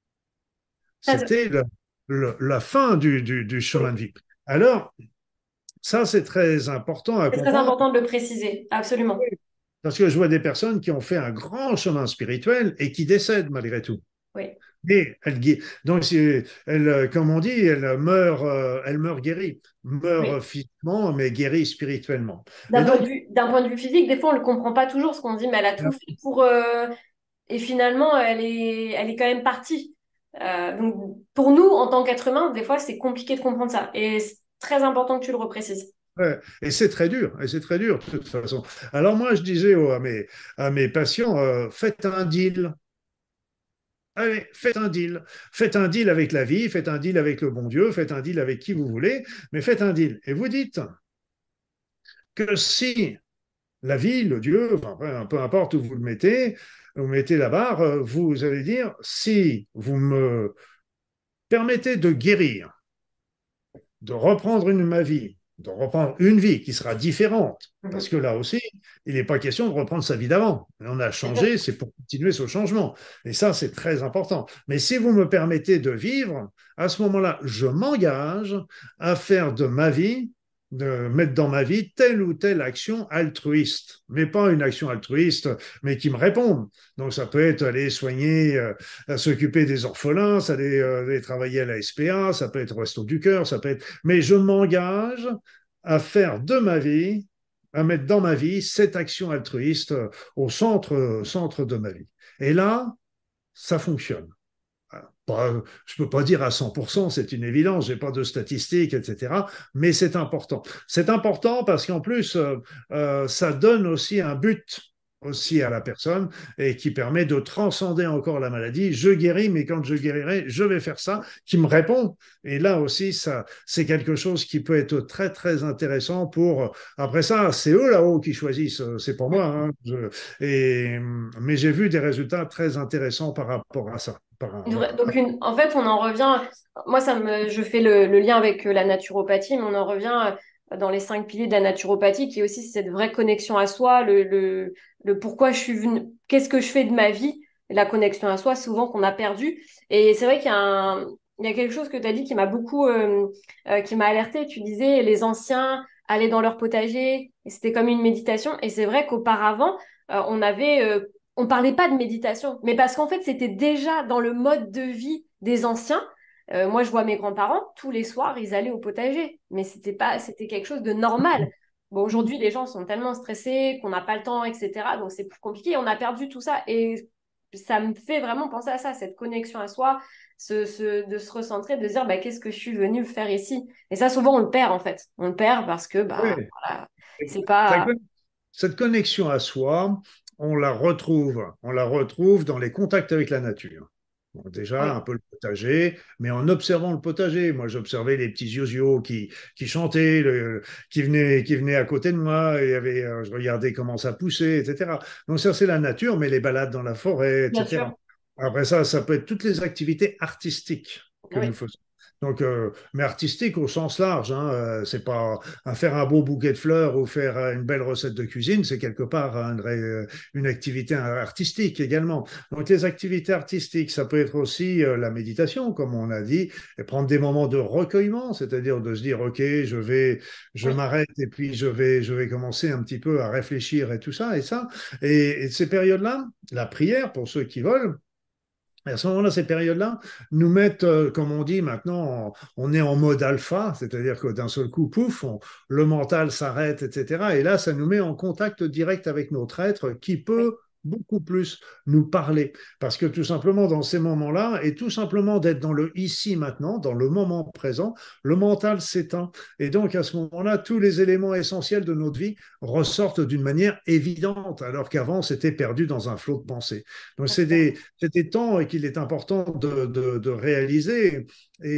Très- C'était la fin du chemin de vie. Alors, ça, c'est très important à C'est très comprendre important de le préciser. Absolument. parce que je vois des personnes qui ont fait un grand chemin spirituel et qui décèdent malgré tout. Oui. Et donc, comme on dit, elle meurt guérie, meurt Oui. physiquement, mais guérie spirituellement. Et donc, D'un point de vue physique, des fois, on ne le comprend pas toujours, ce qu'on dit, mais elle a tout fait pour... et finalement, elle est quand même partie. Donc, pour nous, en tant qu'être humain, des fois, c'est compliqué de comprendre ça. Et c'est très important que tu le reprécises. ouais, et c'est très dur, et c'est très dur de toute façon. Alors moi, je disais à mes patients, faites un deal. Allez, faites un deal avec la vie, faites un deal avec le bon Dieu, faites un deal avec qui vous voulez, mais faites un deal. Et vous dites que si la vie, le Dieu, enfin, peu importe où vous mettez la barre, vous allez dire, si vous me permettez de guérir, de reprendre ma vie, de reprendre une vie qui sera différente. Parce Mhm. que là aussi, il n'est pas question de reprendre sa vie d'avant. On a changé, c'est pour continuer ce changement. Et ça, c'est très important. Mais si vous me permettez de vivre, à ce moment-là, je m'engage à faire de ma vie, de mettre dans ma vie telle ou telle action altruiste, mais pas une action altruiste, mais qui me réponde. Donc ça peut être aller soigner, s'occuper des orphelins, ça aller travailler à la SPA, ça peut être au Resto du Cœur, ça peut être. Mais je m'engage à faire de ma vie, à mettre dans ma vie cette action altruiste au centre de ma vie. Et là, ça fonctionne. Pas, je ne peux pas dire à 100%, c'est une évidence, j'ai pas de statistiques, etc. Mais c'est important. C'est important parce qu'en plus, ça donne aussi un but aussi à la personne et qui permet de transcender encore la maladie. Je guéris, mais quand je guérirai, je vais faire ça, qui me répond. Et là aussi, ça, c'est quelque chose qui peut être très, très intéressant pour. Après ça, c'est eux là-haut qui choisissent, c'est pour moi. Hein. Mais j'ai vu des résultats très intéressants par rapport à ça. Voilà. Donc, en fait, on en revient. Moi, je fais le lien avec la naturopathie, mais on en revient dans les 5 piliers de la naturopathie, qui est aussi cette vraie connexion à soi, le pourquoi je suis venue, qu'est-ce que je fais de ma vie, la connexion à soi, souvent qu'on a perdu. Et c'est vrai qu'il y a quelque chose que tu as dit qui m'a beaucoup, qui m'a alerté. Tu disais, les anciens allaient dans leur potager, et c'était comme une méditation. Et c'est vrai qu'auparavant, on parlait pas de méditation, mais parce qu'en fait, c'était déjà dans le mode de vie des anciens. Moi, je vois mes grands-parents, tous les soirs, ils allaient au potager, mais c'était quelque chose de normal. Bon, aujourd'hui, les gens sont tellement stressés qu'on n'a pas le temps, etc. Donc, c'est plus compliqué. On a perdu tout ça et ça me fait vraiment penser à ça, cette connexion à soi, de se recentrer, de se dire, bah, qu'est-ce que je suis venue faire ici? Et ça, souvent, on le perd, en fait. On le perd parce que, bah, Oui. voilà, c'est pas... Cette connexion à soi, on la retrouve dans les contacts avec la nature. Bon, déjà, un Oui, peu le potager, mais en observant le potager. Moi, j'observais les petits yosios qui chantaient, qui venaient à côté de moi, et je regardais comment ça poussait, etc. Donc ça, c'est la nature, mais les balades dans la forêt, bien sûr. etc. Après ça, ça peut être toutes les activités artistiques que nous Oui. faisons. Donc, mais artistique au sens large, hein, c'est pas faire un beau bouquet de fleurs ou faire une belle recette de cuisine, c'est quelque part une activité artistique également. Donc les activités artistiques, ça peut être aussi la méditation, comme on a dit, et prendre des moments de recueillement, c'est-à-dire de se dire, OK, je Oui. m'arrête et puis je vais commencer un petit peu à réfléchir et tout ça et ça. Et ces périodes-là, la prière, pour ceux qui veulent, et à ce moment-là, ces périodes-là nous mettent, comme on dit maintenant, on est en mode alpha, c'est-à-dire que d'un seul coup, pouf, le mental s'arrête, etc. Et là, ça nous met en contact direct avec notre être qui Oui. peut beaucoup plus nous parler. Parce que tout simplement, dans ces moments-là, et tout simplement d'être dans le ici maintenant, dans le moment présent, le mental s'éteint. Et donc, à ce moment-là, tous les éléments essentiels de notre vie ressortent d'une manière évidente, alors qu'avant, c'était perdu dans un flot de pensée. Donc, c'est des temps qu'il est important de réaliser.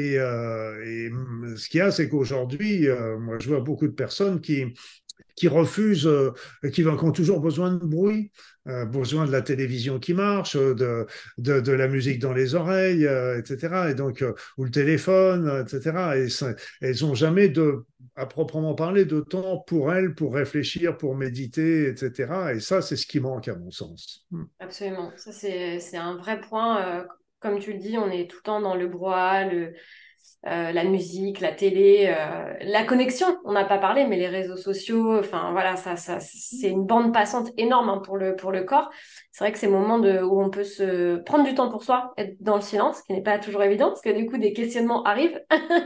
Et ce qu'il y a, c'est qu'aujourd'hui, moi, je vois beaucoup de personnes qui refusent, qui ont toujours besoin de bruit, besoin de la télévision qui marche, de la musique dans les oreilles, etc. Et donc, ou le téléphone, etc. Et elles n'ont jamais à proprement parler, de temps pour elles, pour réfléchir, pour méditer, etc. Et ça, c'est ce qui manque à mon sens. Absolument. Ça, c'est un vrai point. Comme tu le dis, on est tout le temps dans le brouhaha, la musique, la télé, la connexion. On n'a pas parlé, mais les réseaux sociaux, enfin voilà, c'est une bande passante énorme hein, pour le corps. C'est vrai que c'est le moment où on peut se prendre du temps pour soi, être dans le silence, ce qui n'est pas toujours évident, parce que du coup, des questionnements arrivent.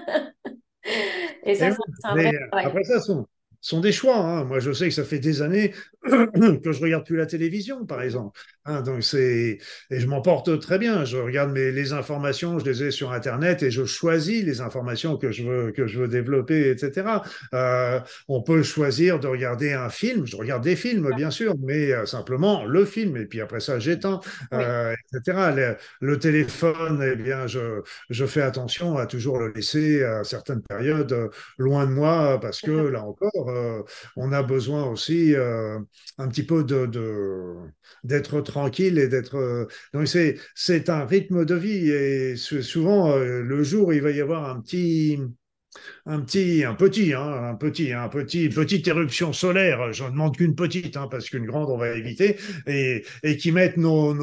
Et ça, Et c'est un vrai mais travail. après ça, sont des choix. Hein. Moi, je sais que ça fait des années que je regarde plus la télévision, par exemple. Hein, donc et je m'en porte très bien. Je regarde les informations, je les ai sur Internet et je choisis les informations que je veux développer, etc. On peut choisir de regarder un film. Je regarde des films, bien sûr, mais simplement le film. Et puis après ça, j'éteins, Oui, etc. Le téléphone, eh bien, je fais attention à toujours le laisser à certaines périodes loin de moi parce que là encore, on a besoin aussi un petit peu d'être tranquille et d'être. Donc c'est un rythme de vie et souvent le jour il va y avoir un petit petite éruption solaire. Je ne demande qu'une petite, hein, parce qu'une grande, on va éviter, et qui mettent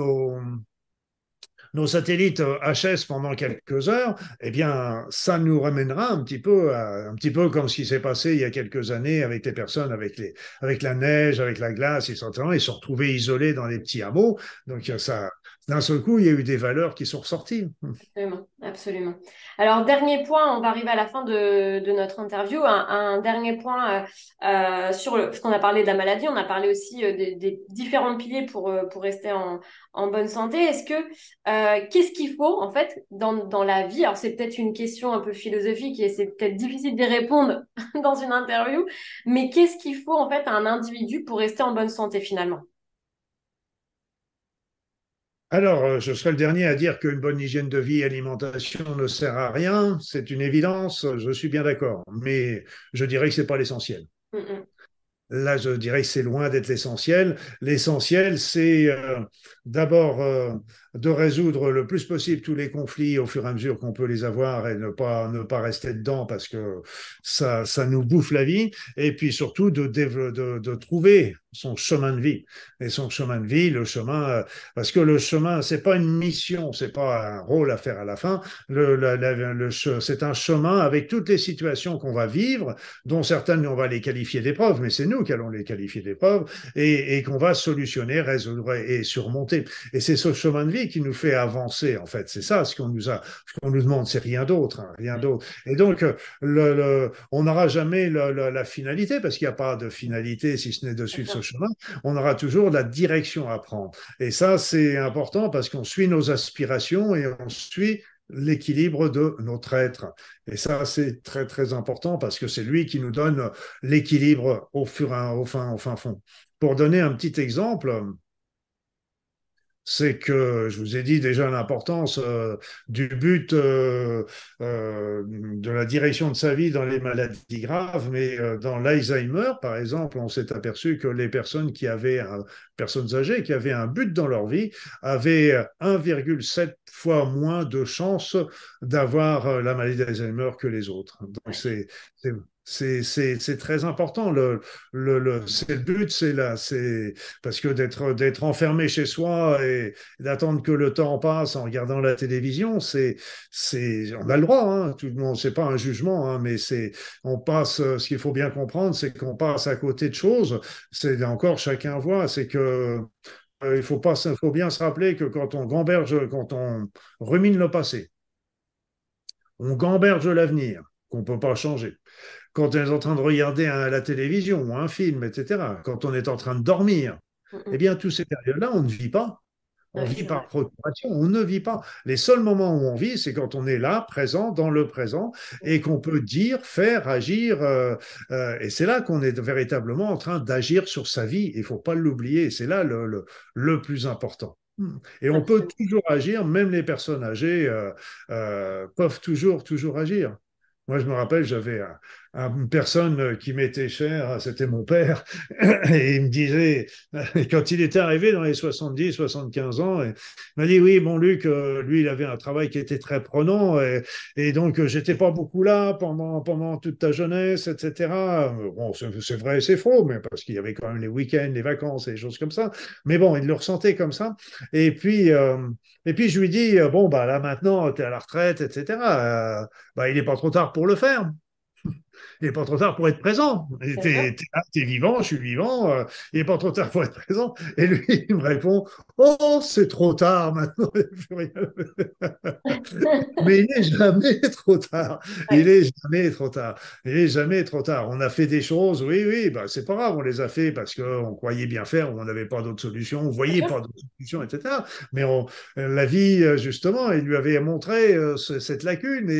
nos satellites HS pendant quelques heures, eh bien, ça nous ramènera un petit peu comme ce qui s'est passé il y a quelques années avec les personnes, avec la neige, avec la glace, etc. Ils se sont retrouvés isolés dans des petits hameaux. Donc, ça, d'un seul coup, il y a eu des valeurs qui sont ressorties. Absolument, absolument. Alors, dernier point, on va arriver à la fin de notre interview. Un dernier point parce qu'on a parlé de la maladie, on a parlé aussi des différents piliers pour rester en bonne santé. Qu'est-ce qu'il faut, en fait, dans la vie? Alors, c'est peut-être une question un peu philosophique et c'est peut-être difficile d'y répondre dans une interview, mais qu'est-ce qu'il faut, en fait, à un individu pour rester en bonne santé, finalement? Alors, je serai le dernier à dire qu'une bonne hygiène de vie et alimentation ne sert à rien. C'est une évidence, je suis bien d'accord. Mais je dirais que c'est pas l'essentiel. Mm, mm. Là, je dirais que c'est loin d'être l'essentiel. L'essentiel, c'est d'abord de résoudre le plus possible tous les conflits au fur et à mesure qu'on peut les avoir et ne pas rester dedans parce que ça nous bouffe la vie. Et puis surtout de trouver son chemin de vie. Et son chemin de vie, parce que le chemin, c'est pas une mission, c'est pas un rôle à faire à la fin. C'est un chemin avec toutes les situations qu'on va vivre, dont certaines, on va les qualifier d'épreuves, mais c'est nous qui allons les qualifier d'épreuves, et qu'on va solutionner, résoudre et surmonter. Et c'est ce chemin de vie qui nous fait avancer, en fait. C'est ça ce qu'on nous demande, c'est rien d'autre, hein, rien d'autre. Et donc, on n'aura jamais la finalité, parce qu'il n'y a pas de finalité si ce n'est de suivre ce chemin. On aura toujours la direction à prendre. Et ça, c'est important parce qu'on suit nos aspirations et on suit l'équilibre de notre être. Et ça, c'est très, très important parce que c'est lui qui nous donne l'équilibre au fin fond. Pour donner un petit exemple, c'est que je vous ai dit déjà l'importance du but de la direction de sa vie dans les maladies graves, mais dans l'Alzheimer, par exemple, on s'est aperçu que les personnes âgées qui avaient un but dans leur vie avaient 1,7 fois moins de chances d'avoir la maladie d'Alzheimer que les autres. Donc c'est c'est très important. C'est le but, c'est parce que d'être enfermé chez soi et d'attendre que le temps passe en regardant la télévision, on a le droit, hein, tout le monde, c'est pas un jugement, hein, mais on passe. Ce qu'il faut bien comprendre, c'est qu'on passe à côté de choses. C'est encore chacun voit, c'est que il faut bien se rappeler que quand on rumine le passé, on gamberge l'avenir qu'on peut pas changer quand on est en train de regarder la télévision ou un film, etc., quand on est en train de dormir, Mm, eh mm. bien, tous ces périodes-là, on ne vit pas. On Oui, vit c'est par vrai. procuration, on ne vit pas. Les seuls moments où on vit, c'est quand on est là, présent, dans le présent, et qu'on peut dire, faire, agir. Et c'est là qu'on est véritablement en train d'agir sur sa vie. Il ne faut pas l'oublier. C'est là le plus important. Et on peut Absolument. toujours agir, même les personnes âgées peuvent toujours agir. Moi, je me rappelle, j'avais une personne qui m'était chère, c'était mon père, et il me disait, quand il était arrivé dans les 70, 75 ans, il m'a dit, oui, bon, Luc, lui, il avait un travail qui était très prenant, et donc, j'étais pas beaucoup là pendant toute ta jeunesse, etc. Bon, c'est vrai et c'est faux, mais parce qu'il y avait quand même les week-ends, les vacances et des choses comme ça. Mais bon, il le ressentait comme ça. Et puis, et puis je lui dis, bon, bah là maintenant, tu es à la retraite, etc. Bah, il n'est pas trop tard pour le faire. Il n'est pas trop tard pour être présent. C'est vrai. T'es vivant, je suis vivant. Il n'est pas trop tard pour être présent. Et lui, il me répond, oh, c'est trop tard maintenant. Il n'y a plus rien. Mais il n'est jamais trop tard. Il Ouais, est jamais trop tard. Il est jamais trop tard. On a fait des choses, oui, oui, bah, c'est pas grave, on les a fait parce qu'on croyait bien faire, on n'avait pas d'autres solutions, on bien voyait sûr. pas d'autres solutions, etc. Mais la vie, justement, il lui avait montré cette lacune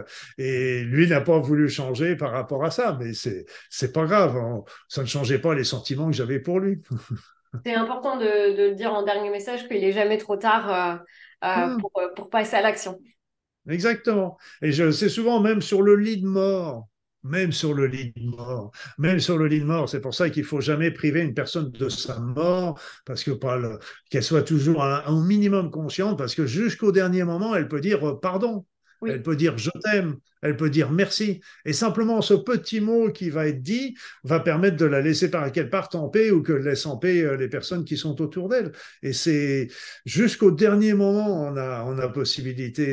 et lui n'a pas voulu changer par rapport à ça. Mais c'est pas grave, ça ne changeait pas les sentiments que j'avais pour lui. C'est important de le dire en dernier message qu'il est jamais trop tard pour passer à l'action. Exactement. Et c'est souvent même sur le lit de mort, même sur le lit de mort, même sur le lit de mort. C'est pour ça qu'il faut jamais priver une personne de sa mort, parce que qu'elle soit toujours un minimum consciente, parce que jusqu'au dernier moment, elle peut dire pardon. Elle Oui, peut dire je t'aime, elle peut dire merci. Et simplement ce petit mot qui va être dit va permettre de la laisser qu'elle parte en paix ou que laisse en paix les personnes qui sont autour d'elle. Et c'est jusqu'au dernier moment, on a possibilité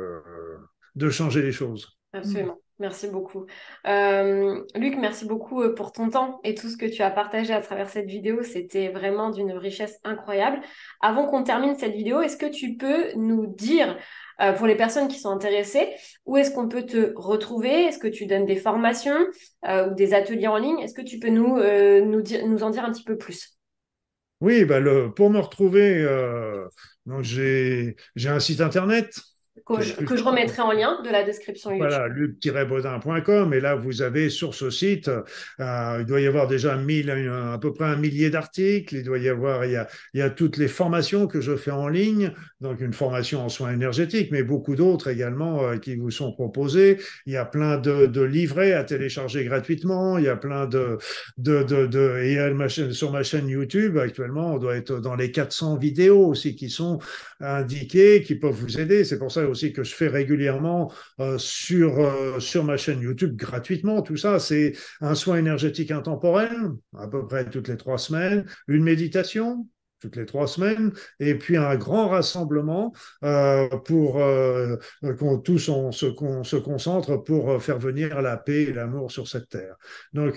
de changer les choses. absolument. Merci beaucoup. Luc, merci beaucoup pour ton temps et tout ce que tu as partagé à travers cette vidéo. C'était vraiment d'une richesse incroyable. Avant qu'on termine cette vidéo, est-ce que tu peux nous dire, pour les personnes qui sont intéressées, où est-ce qu'on peut te retrouver? Est-ce que tu donnes des formations ou des ateliers en ligne? Est-ce que tu peux nous en dire un petit peu plus? Oui, bah pour me retrouver, donc j'ai un site internet qui est le plus Que je simple. remettrai en lien de la description YouTube. Voilà, luc-baudin.com. Et là, vous avez sur ce site, il doit y avoir déjà à peu près 1 millier d'articles. Il y a toutes les formations que je fais en ligne, donc une formation en soins énergétiques, mais beaucoup d'autres également qui vous sont proposées. Il y a plein de livrets à télécharger gratuitement. Il y a plein et sur ma chaîne YouTube, actuellement, on doit être dans les 400 vidéos aussi qui sont indiquées, qui peuvent vous aider. C'est pour ça aussi que je fais régulièrement sur ma chaîne YouTube gratuitement. Tout ça, c'est un soin énergétique intemporel, à peu près toutes les 3 semaines, une méditation toutes les 3 semaines, et puis un grand rassemblement pour qu'on tous se concentre pour faire venir la paix et l'amour sur cette terre. Donc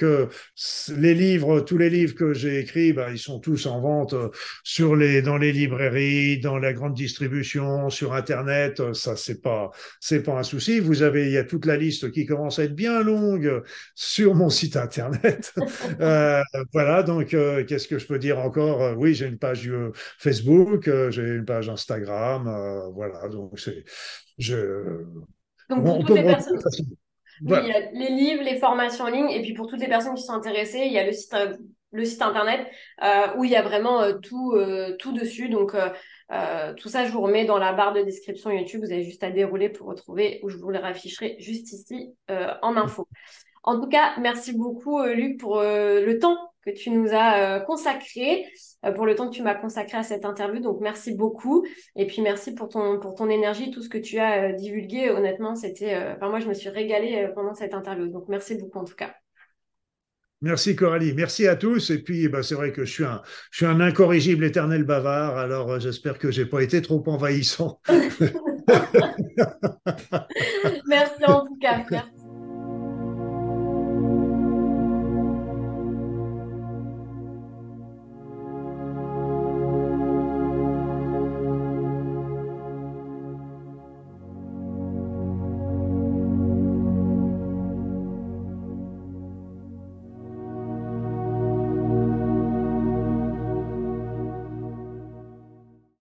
tous les livres que j'ai écrits, bah, ils sont tous en vente dans les librairies, dans la grande distribution, sur Internet. Ça, c'est pas un souci. Il y a toute la liste qui commence à être bien longue sur mon site internet. Euh, voilà, donc qu'est-ce que je peux dire encore? Oui, j'ai une page Facebook, j'ai une page Instagram, voilà, donc je, Donc pour on toutes peut me les retrouver personnes, facilement. oui, il y Voilà. a les livres, les formations en ligne, et puis pour toutes les personnes qui sont intéressées, il y a le site internet où il y a vraiment tout dessus. Donc tout ça, je vous remets dans la barre de description YouTube. Vous avez juste à dérouler pour retrouver, ou je vous le rafficherai juste ici en info. En tout cas, merci beaucoup, Luc, pour le temps que tu nous as consacré, pour le temps que tu m'as consacré à cette interview. Donc, merci beaucoup. Et puis, merci pour ton énergie, tout ce que tu as divulgué. Honnêtement, enfin, moi, je me suis régalée pendant cette interview. Donc, merci beaucoup, en tout cas. Merci Coralie, merci à tous. Et puis, bah, c'est vrai que je suis un incorrigible éternel bavard, alors j'espère que j'ai pas été trop envahissant. Merci, en tout cas. Merci.